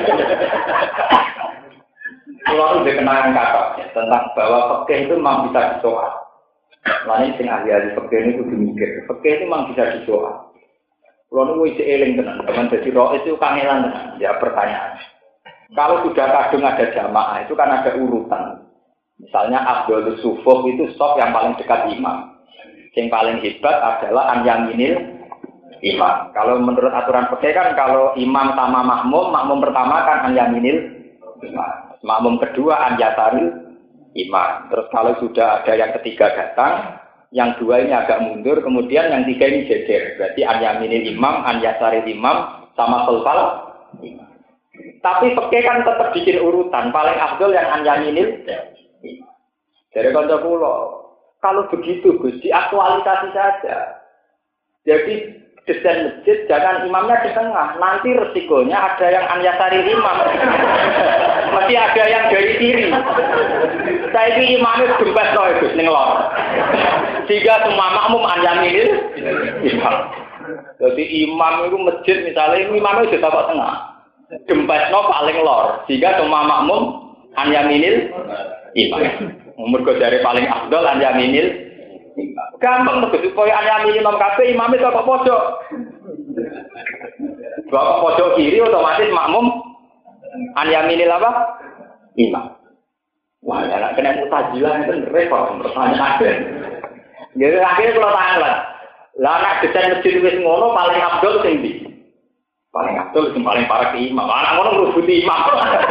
Kalau ada kenangan kakak tentang bahwa fikih itu memang bisa disoal. Lain sing ahli-ahli fikih ini kudu mikir. Fikih itu memang bisa disoal. Kalau nunggu isi eling tenan, teman jadi roh itu kangelan tenan. Ya pertanyaan. Kalau sudah kadung ada jamaah itu kan ada urutan. Misalnya Abdul Sufuf itu sop yang paling dekat imam. Yang paling hebat adalah an-yaminil imam. Kalau menurut aturan fikih kan kalau imam sama makmum pertama kan an-yaminil imam. Makmum kedua an yasaril imam. Terus kalau sudah ada yang ketiga datang, yang dua ini agak mundur, kemudian yang tiga ini jejer. Berarti an yaminil imam, an yasaril imam, sama khalfal imam. Tapi fikih kan tetap bikin urutan. Paling afdol yang an yaminil imam. Dari kanca kula, kalau begitu Gus, diaktualisasi saja. Jadi desain masjid jangan imamnya di tengah, nanti resikonya ada yang an yasari imam. Mesti ada yang dari kiri. Saya ini imamnya gembes loh itu ning lor. Sehingga semua makmum an yaminil imam. Jadi imam itu masjid misalnya imamnya sudah tapak tengah. Gembes no paling lor. Sehingga semua makmum an yaminil imam. Umur dari paling afdol an yaminil. Gampang tuh supaya an-yamin imam kabeh imam itu kok pojok. Bawa pojok kiri otomatis makmum an-yaminil apa? Imam. Wah, ya kena mutajilah itu repot pertanyaan. Jadi akhirnya kalau tanggal. Lah nek desain masjid wis ngono paling afdol sing ndi? Paling afdol sing paling parah ke imam. Anak ngono ngrubuti imam.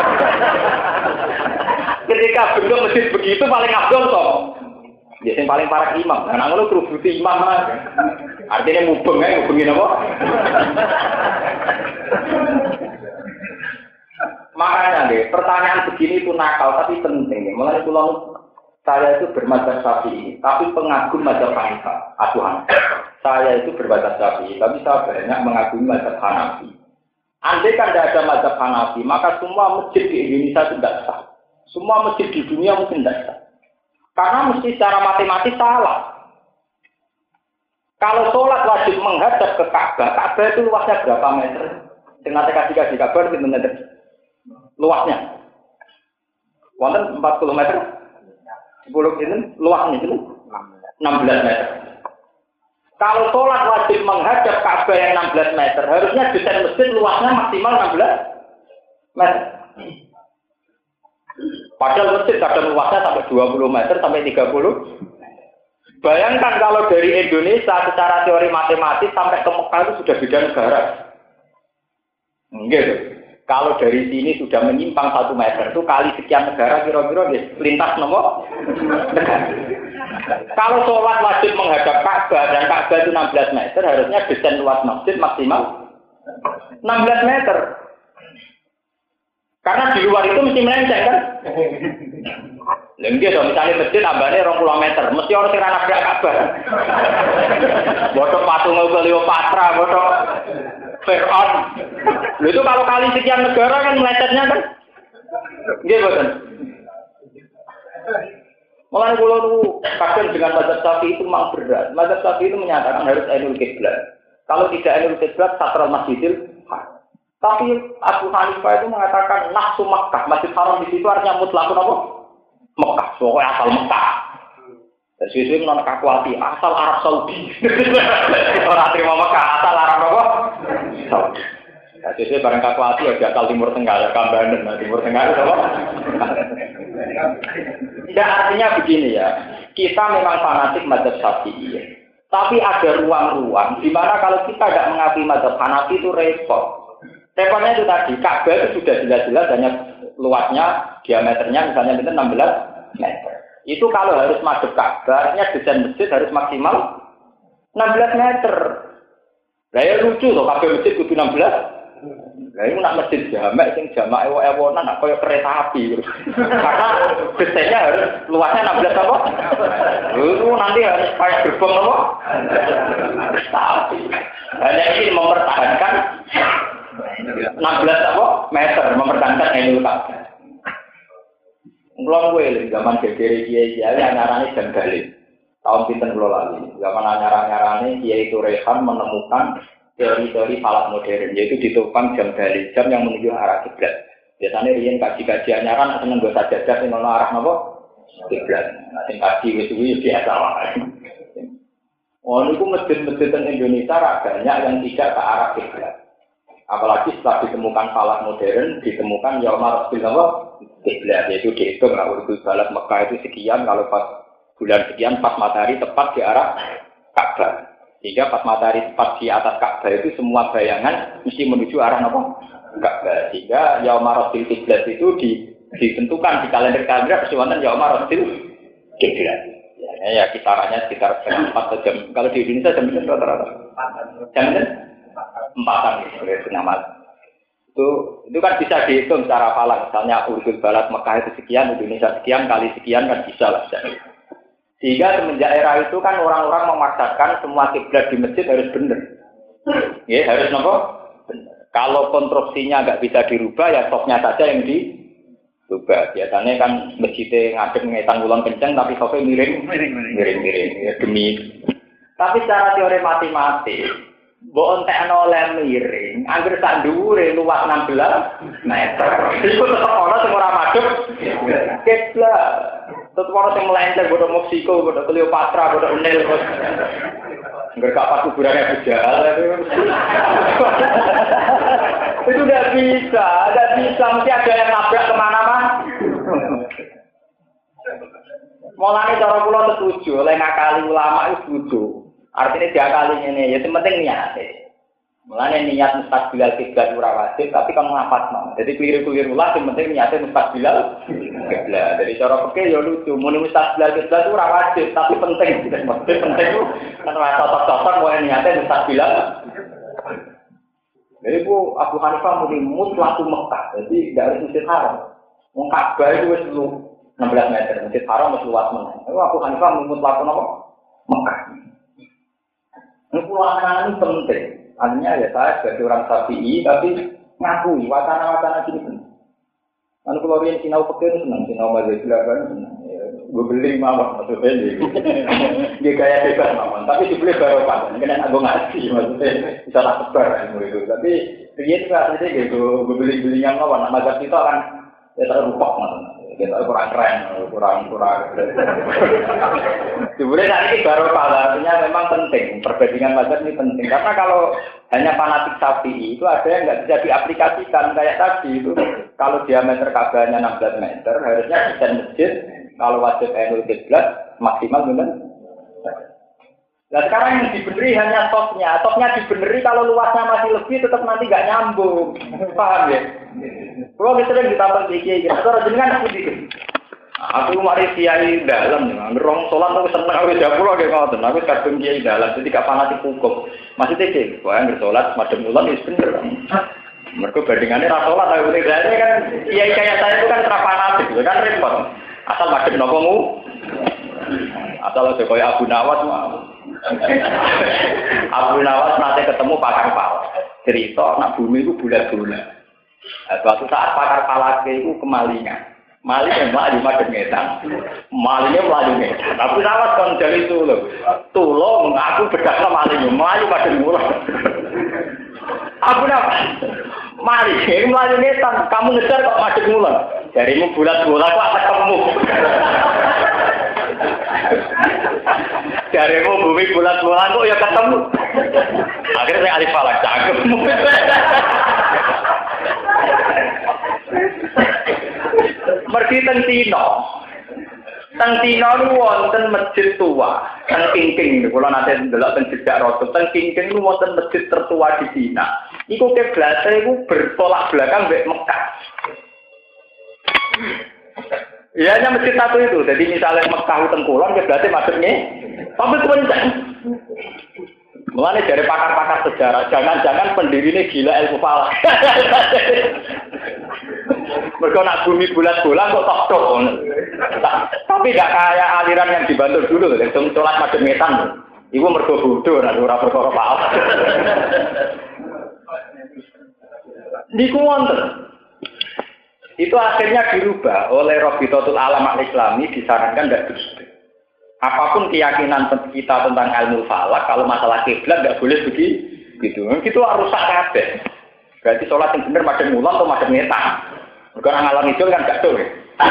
Ketika bentuk masjid begitu paling afdol kok. Dia yang paling parah imam, karena kalau kerubuti imam lah. Artinya ngubengin apa? Makanya deh, pertanyaan begini itu nakal tapi penting. Mulai pulang saya itu bermadzhab Syafi'i, tapi pengagum mazhab Hanifah. Saya itu bermadzhab Syafi'i, tapi saya banyak mengagumi mazhab Hanafi. Andai kan tidak ada mazhab Hanafi, maka semua masjid di Indonesia itu tidak sah. Semua masjid di dunia mungkin tidak sah. Karena mesti secara matematis salah. Kalau sholat wajib menghadap ke Ka'bah, Ka'bah itu luasnya berapa meter? Dengan kasih kabar itu meter. Luasnya. Wonten 40 meter. 10 ini luasnya itu 16 meter. Kalau sholat wajib menghadap Ka'bah yang 16 meter, harusnya desain masjid luasnya maksimal 16 meter. Padahal masjid kadang luasnya sampai 20 meter sampai 30. Bayangkan kalau dari Indonesia secara teori matematis sampai ke Mekah itu sudah beda negara. Enggak. Kalau dari sini sudah menyimpang 1 meter itu kali sekian negara kira-kira lintas nomor negara. Kalau sholat wajib menghadap Ka'bah dan Ka'bah itu 16 meter, harusnya desain luas masjid maksimal 16 meter. Karena di luar itu mesti melenceng kan? Lengge dong, misalnya masjid tambahnya 20 meter, mesti orang sing anak Ka'bah. Bodoh patung Cleopatra, bodoh Fir'aun. Lalu itu kalau kali sekian negara kan melencengnya kan? Nggih boten. Mulai pulau itu kadang dengan mazhab Syafi'i itu memang berat. Mazhab Syafi'i itu menyatakan harus ainul qiblat. Kalau tidak ainul qiblat, satral masjidil. Tapi Abu Hanifah itu mengatakan nafsu Makkah, Masjid Haram di situ artinya mutlakun apa? Mekah, pokoknya asal Mekah. Dan sesuai menolak kaku hati, asal Arab Saudi. Orang terima Mekah, asal Arab apa? Saudi. Nah, sesuai barang kaku hati, ya asal Timur Tengah, ya Kambanan, nah, Timur Tengah itu apa? Tidak, artinya begini ya, kita memang fanatik mazhab Syafi'i. Tapi ada ruang-ruang, di mana kalau kita tidak mengakui mazhab Hanafi itu repot. Repotnya itu tadi, Ka'bah itu sudah jelas-jelas hanya luasnya, diameternya misalnya 16 meter. Itu kalau harus madhep Ka'bah, artinya desain masjid harus maksimal 16 meter. Lah ya lucu loh, Ka'bah masjid kudu 16. Lah ini nak masjid jamak, sing jamak ewonan, nak kayak kereta api. Karena desainnya harus luasnya 16 apa? Itu nanti harus kayak gerbong apa? Tapi hanya ingin mempertahankan 16 apa? Meter, mempertahankan Ainul Ka'bah. Mulai gue zaman gegere kiai nyarane Janggalin. Tahun pinten kula lali. Zaman nyarane kiai itu Rehan menemukan teori-teori falak modern, yaitu ditopang Janggalin, jam yang menuju arah kiblat. Biasanya riyen kaji-kajian nyaran seneng go sajadah sing ana arah napa? Kiblat. Nah sing kaji wis kuwi biasa wae. Oh niku masjid-masjid Indonesia banyak yang tidak ke arah kiblat. Apalagi setelah ditemukan falak modern, ditemukan Yaumar Kiblat, yaitu dihitung lah urut balat Mekah itu sekian, kalau pas bulan sekian pas matahari tepat di arah Ka'bah. Sehingga pas matahari tepat di atas Ka'bah itu semua bayangan mesti menuju arah apa? Ka'bah. Sehingga Yaumar Kiblat itu ditentukan di kalender-kalender persiwangan Yaumar Kiblat. Ya kisarannya sekitar jam 4 jam. Kalau di Indonesia jam berapa rata-rata? Jam 4-an gitu, nama. Itu kan bisa dihitung secara falak. Misalnya urut balat Mekah itu sekian, Indonesia sekian, kali sekian kan bisa lah. Sehingga semenjak era itu kan orang-orang memaksakan semua kiblat di masjid harus benar. Ya harus nopo. Kalau konstruksinya nggak bisa dirubah ya sofnya saja yang dirubah. Biasanya kan masjidnya ngadep ngetan ulang kenceng tapi sofnya miring ya demi. Tapi secara teori matematik mbok entekno oleh miring, anggere sak dhuwure luas 16 meter. Iku tetep ana sing ora madhep. Kiblat. Tetep ana sing melenceng bodho Meksiko, bodho Cleopatra, bodho Nil. Enggak kapan kuburannya bejal. Itu enggak bisa, mesti ada yang nabrak kemana-mana. Mulane cara kula setuju, oleh ngakali ulama itu setuju. Artinya diakali ini, ya penting niat. Mulanya niat mustaqbilal kiblat ora wajib, tapi kamu ngapasno. Jadi keliru-keliru lah, yang penting niatnya mustaqbilal kiblat. Jadi cara fikih ya lucu, muni mustaqbilal kiblat ora wajib, tapi penting. Maksudnya penting itu kan ora cocok-cocok mau niatnya mustaqbilal. Jadi bu Abu Hanifah muni mutlak Mekah, jadi tidak harus Masjid Haram. Wong Ka'bah itu wis 16 meter, Masjid Haram wis luas meneh. Abu Hanifah muni mutlak apa? Mekah. Ulama ini penting. Artinya ya saya sebagai orang Syafi'i tapi ngakui wacana-wacana gini penting. Lalu kalau yang sinau petir senang, sinau mazhab Syafi'i senang. Gue beli mawar maksudnya dia gaya bebas mawar. Tapi dibeli barokah. Mungkin aku ngaji maksudnya bisa tak sebar ilmu itu. Tapi dia juga aslinya gitu. Gue beli yang mawar. Nah mazhab kita kan ya terlupak maksudnya. Kita kurang keren, kurang. Sebenarnya saat ini baru artinya memang penting. Perbandingan mazhab ini penting. Karena kalau hanya fanatik Syafi'i itu ada yang nggak bisa diaplikasikan kayak tadi itu. Kalau diameter Ka'bahnya 16 meter, harusnya desain masjid kalau wajib Ainul Kiblat maksimal benar. Nah sekarang yang dibeneri hanya topnya. Topnya dibeneri kalau luasnya masih lebih tetap nanti nggak nyambung. Paham ya? Kalau sering ditambah kiai gitu, terus jenengan aku gitu. Aku mari kiai dalam, ngerong sholat aku seneng aku jam pulau kayak ngoten. Aku kadung kiai dalam, jadi gak fanatik hukum. Masih teke, wah nggak sholat, madem mulan itu bener. Mereka bandingannya rasolat, aku bedanya kan kiai kayak saya itu kan terfanatik, kan repot. Asal madem nopomu, asal aja kayak Abu Nawas mah. Abu Nawas nanti ketemu pakar pal. Cerita nak bumi itu bulat-bulat. Suatu saat pakar palake itu kemalingan. Malingnya melaju madem ngetan. Malingnya melaju ngetan. Abu Nawas kan jadi tulung aku bedaklah malingnya melaju madem mulan. Abu Nawas Mari, melayu ngetan, kamu ngejar kok madhep ngulon. Jarimu bulat bola kok ketemu. Jarimu bumi bulat bola kok ya ketemu. Akhirnya saya alif falak cakep. Mergi teng Cina. Teng Cina niku wonten masjid tua, teng Kingking. Kula nate ndelok teng jejak Rasul. Teng Kingking niku wonten masjid tertua di Cina. Iku kiblate iku bertolak belakang mbek Mekah. Ya hanya masjid satu itu. Jadi misalnya Mekah teng kulon kiblate madhepne tapi kenceng. Mulane dari pakar-pakar sejarah, jangan-jangan pendirine gila ilmu falak. Mereka nak bumi bulat-bulat kok tok-tok. Tapi gak kayak aliran yang dibantu dulu, yang sholat madhep ngetan. Iku mergo bodoh, ora perkara falak. Niku wonten. Itu akhirnya dirubah oleh Rabitatul Alam Al-Islami, disarankan tidak dusta. Apapun keyakinan kita tentang ilmu falak, kalau masalah kiblat nggak boleh begitu. Itu harus rusak kabeh. Berarti sholat yang benar madhep ngulon atau madhep ngetan. Bukan ngalor ngidul kan gak tuh.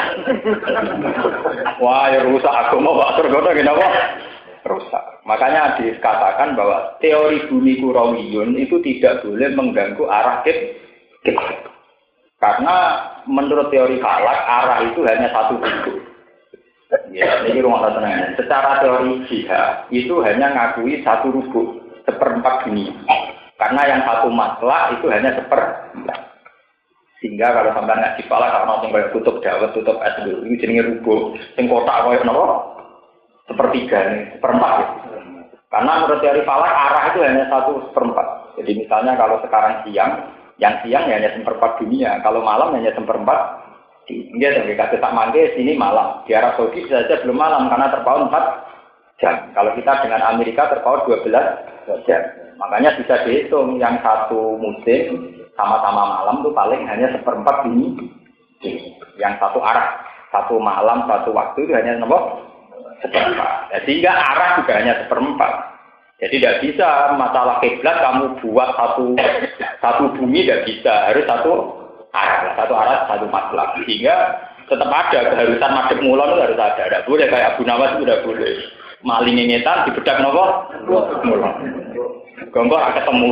Wah, ya rusak agama Pak Surgono kenapa? Rusak. Makanya dikatakan bahwa teori bumi kurawiyun itu tidak boleh mengganggu arah kiblat. Karena menurut teori falak arah itu hanya satu bentuk. Ya, ini rumah tenang. Secara teori jihad itu hanya ngakui satu rubuh, seperempat dunia. Karena yang satu masalah itu hanya seperempat. Sehingga kalau sampai ngaji falak karena tinggal tutup dawet, tutup es dulu, ini jenenge rubuh. Sing kotak koyo napa? Sepertiga nih, seperempat. Karena menurut teori falak arah itu hanya satu seperempat. Jadi misalnya kalau sekarang siang, yang siang hanya seperempat dunia, kalau malam hanya seperempat. Dia sebagai kasus tak mangke sini malam. Di Arab Saudi saja belum malam karena terpaut 4 jam. Kalau kita dengan Amerika terpaut 12 jam. Makanya bisa dihitung yang satu musim sama-sama malam itu paling hanya seperempat ini. Yang satu arah, satu malam, satu waktu itu hanya seperempat. Ya, sehingga arah juga hanya seperempat. Jadi tidak bisa masalah kiblat kamu buat satu bumi tidak bisa, harus satu arah, satu masalah. Sehingga tetap ada keharusan madhep ngulon itu harus ada. Tidak boleh kayak Abu Nawas itu tidak boleh. Maling ngetan dibedak nopo? Ngulon. Gonggor akan ketemu.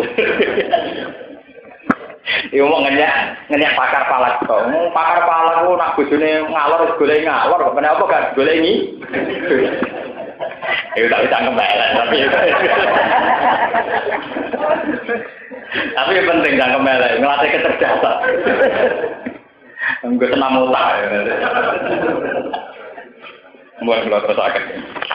Iku mau ngenyak pakar palak kok. Pakar palak ku nak bojone ngalor golek ngalor kok kenapa gak golek ini? Iku tak bisa kembali tapi penting kan kembali ngelatih kecerdasan. Enggak senam otak. Buat kalau terus akan.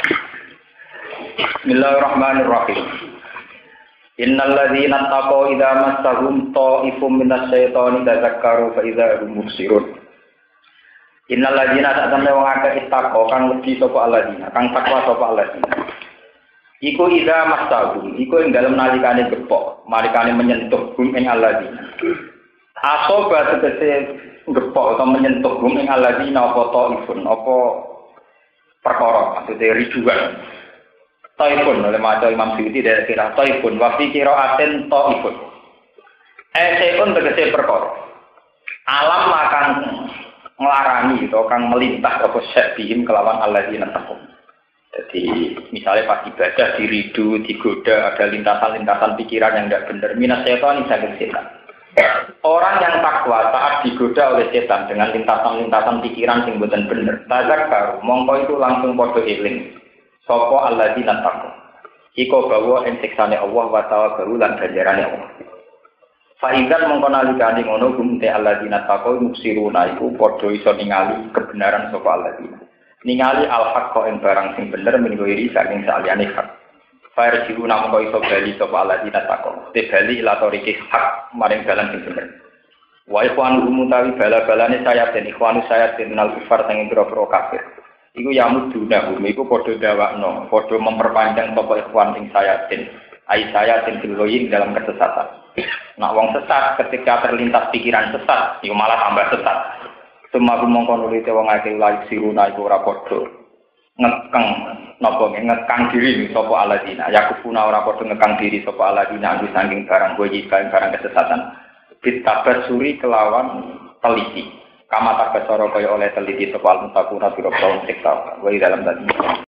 Bismillahirrahmanirrahim. Innal ladzina taqaw idza massahum ta'ifum minas syaitani tadzakkaru fa idza hum mubsirun. Innal ladzina ta'tamna wa akeh taqaw kang wedi sapa alladzina, kang takwa sapa alladzina. Iku idza massahum, iku ing dalem nalikane gepok, nalikane menyentuh hum ing alladzina. Asoba tegese gepok atau menyentuh hum ing alladzina apa ta'ifun, apa perkara maksudnya rijuan. Taifun oleh maca Imam Suyuti dari kira taifun wa fi qira'atin taifun. Seun tegese perkara. Alam akan nglarani atau kang melintas apa syabihim kelawan alladzina taqum. Jadi misalnya pas ibadah diridu, digoda, ada lintasan-lintasan pikiran yang tidak benar. Minas setan saking setan. Orang yang takwa saat digoda oleh setan dengan lintasan-lintasan pikiran sing boten bener, tazakkaru mongko itu langsung padha eling. Sapa alladzina taqwa. Iko bawa ing siksane Allah wa ta'ala lan ganjarane Allah. Fa idzan mongko nalikane ngono gumte alladzina taqwa muksiruna iku padha iso ningali kebenaran sapa alladzina. Ningali al-haqqa ing barang sing bener mingguiri saking saliyane hak. Fa irjiuna mongko iso bali sapa alladzina taqwa. Te bali ila toriki hak maring dalan sing bener. Wa ikhwanu mutawi bala-balane saya den ikhwanu saya tinal kufar sing pira-pira kafir. Iku yamuduna bumi iku padha dawakno, padha memperpanjang sapa ikhwan ing sayatin. Ai sayatin filoyin dalam kesesatan. Nah wong sesat ketika terlintas pikiran sesat, iku malah tambah sesat. Semua mongko nulite wong akeh laik siruna iku ora padha ngekang napa ngekang diri sapa aladina. Yakufuna ora padha ngekang diri sapa aladina anggo saking barang boyi barang kesesatan. Bitabasuri kelawan teliti. Kama tabasara kaya oleh teliti sapa al-mutakuna biro-biro sikta. Wa dalam tadi.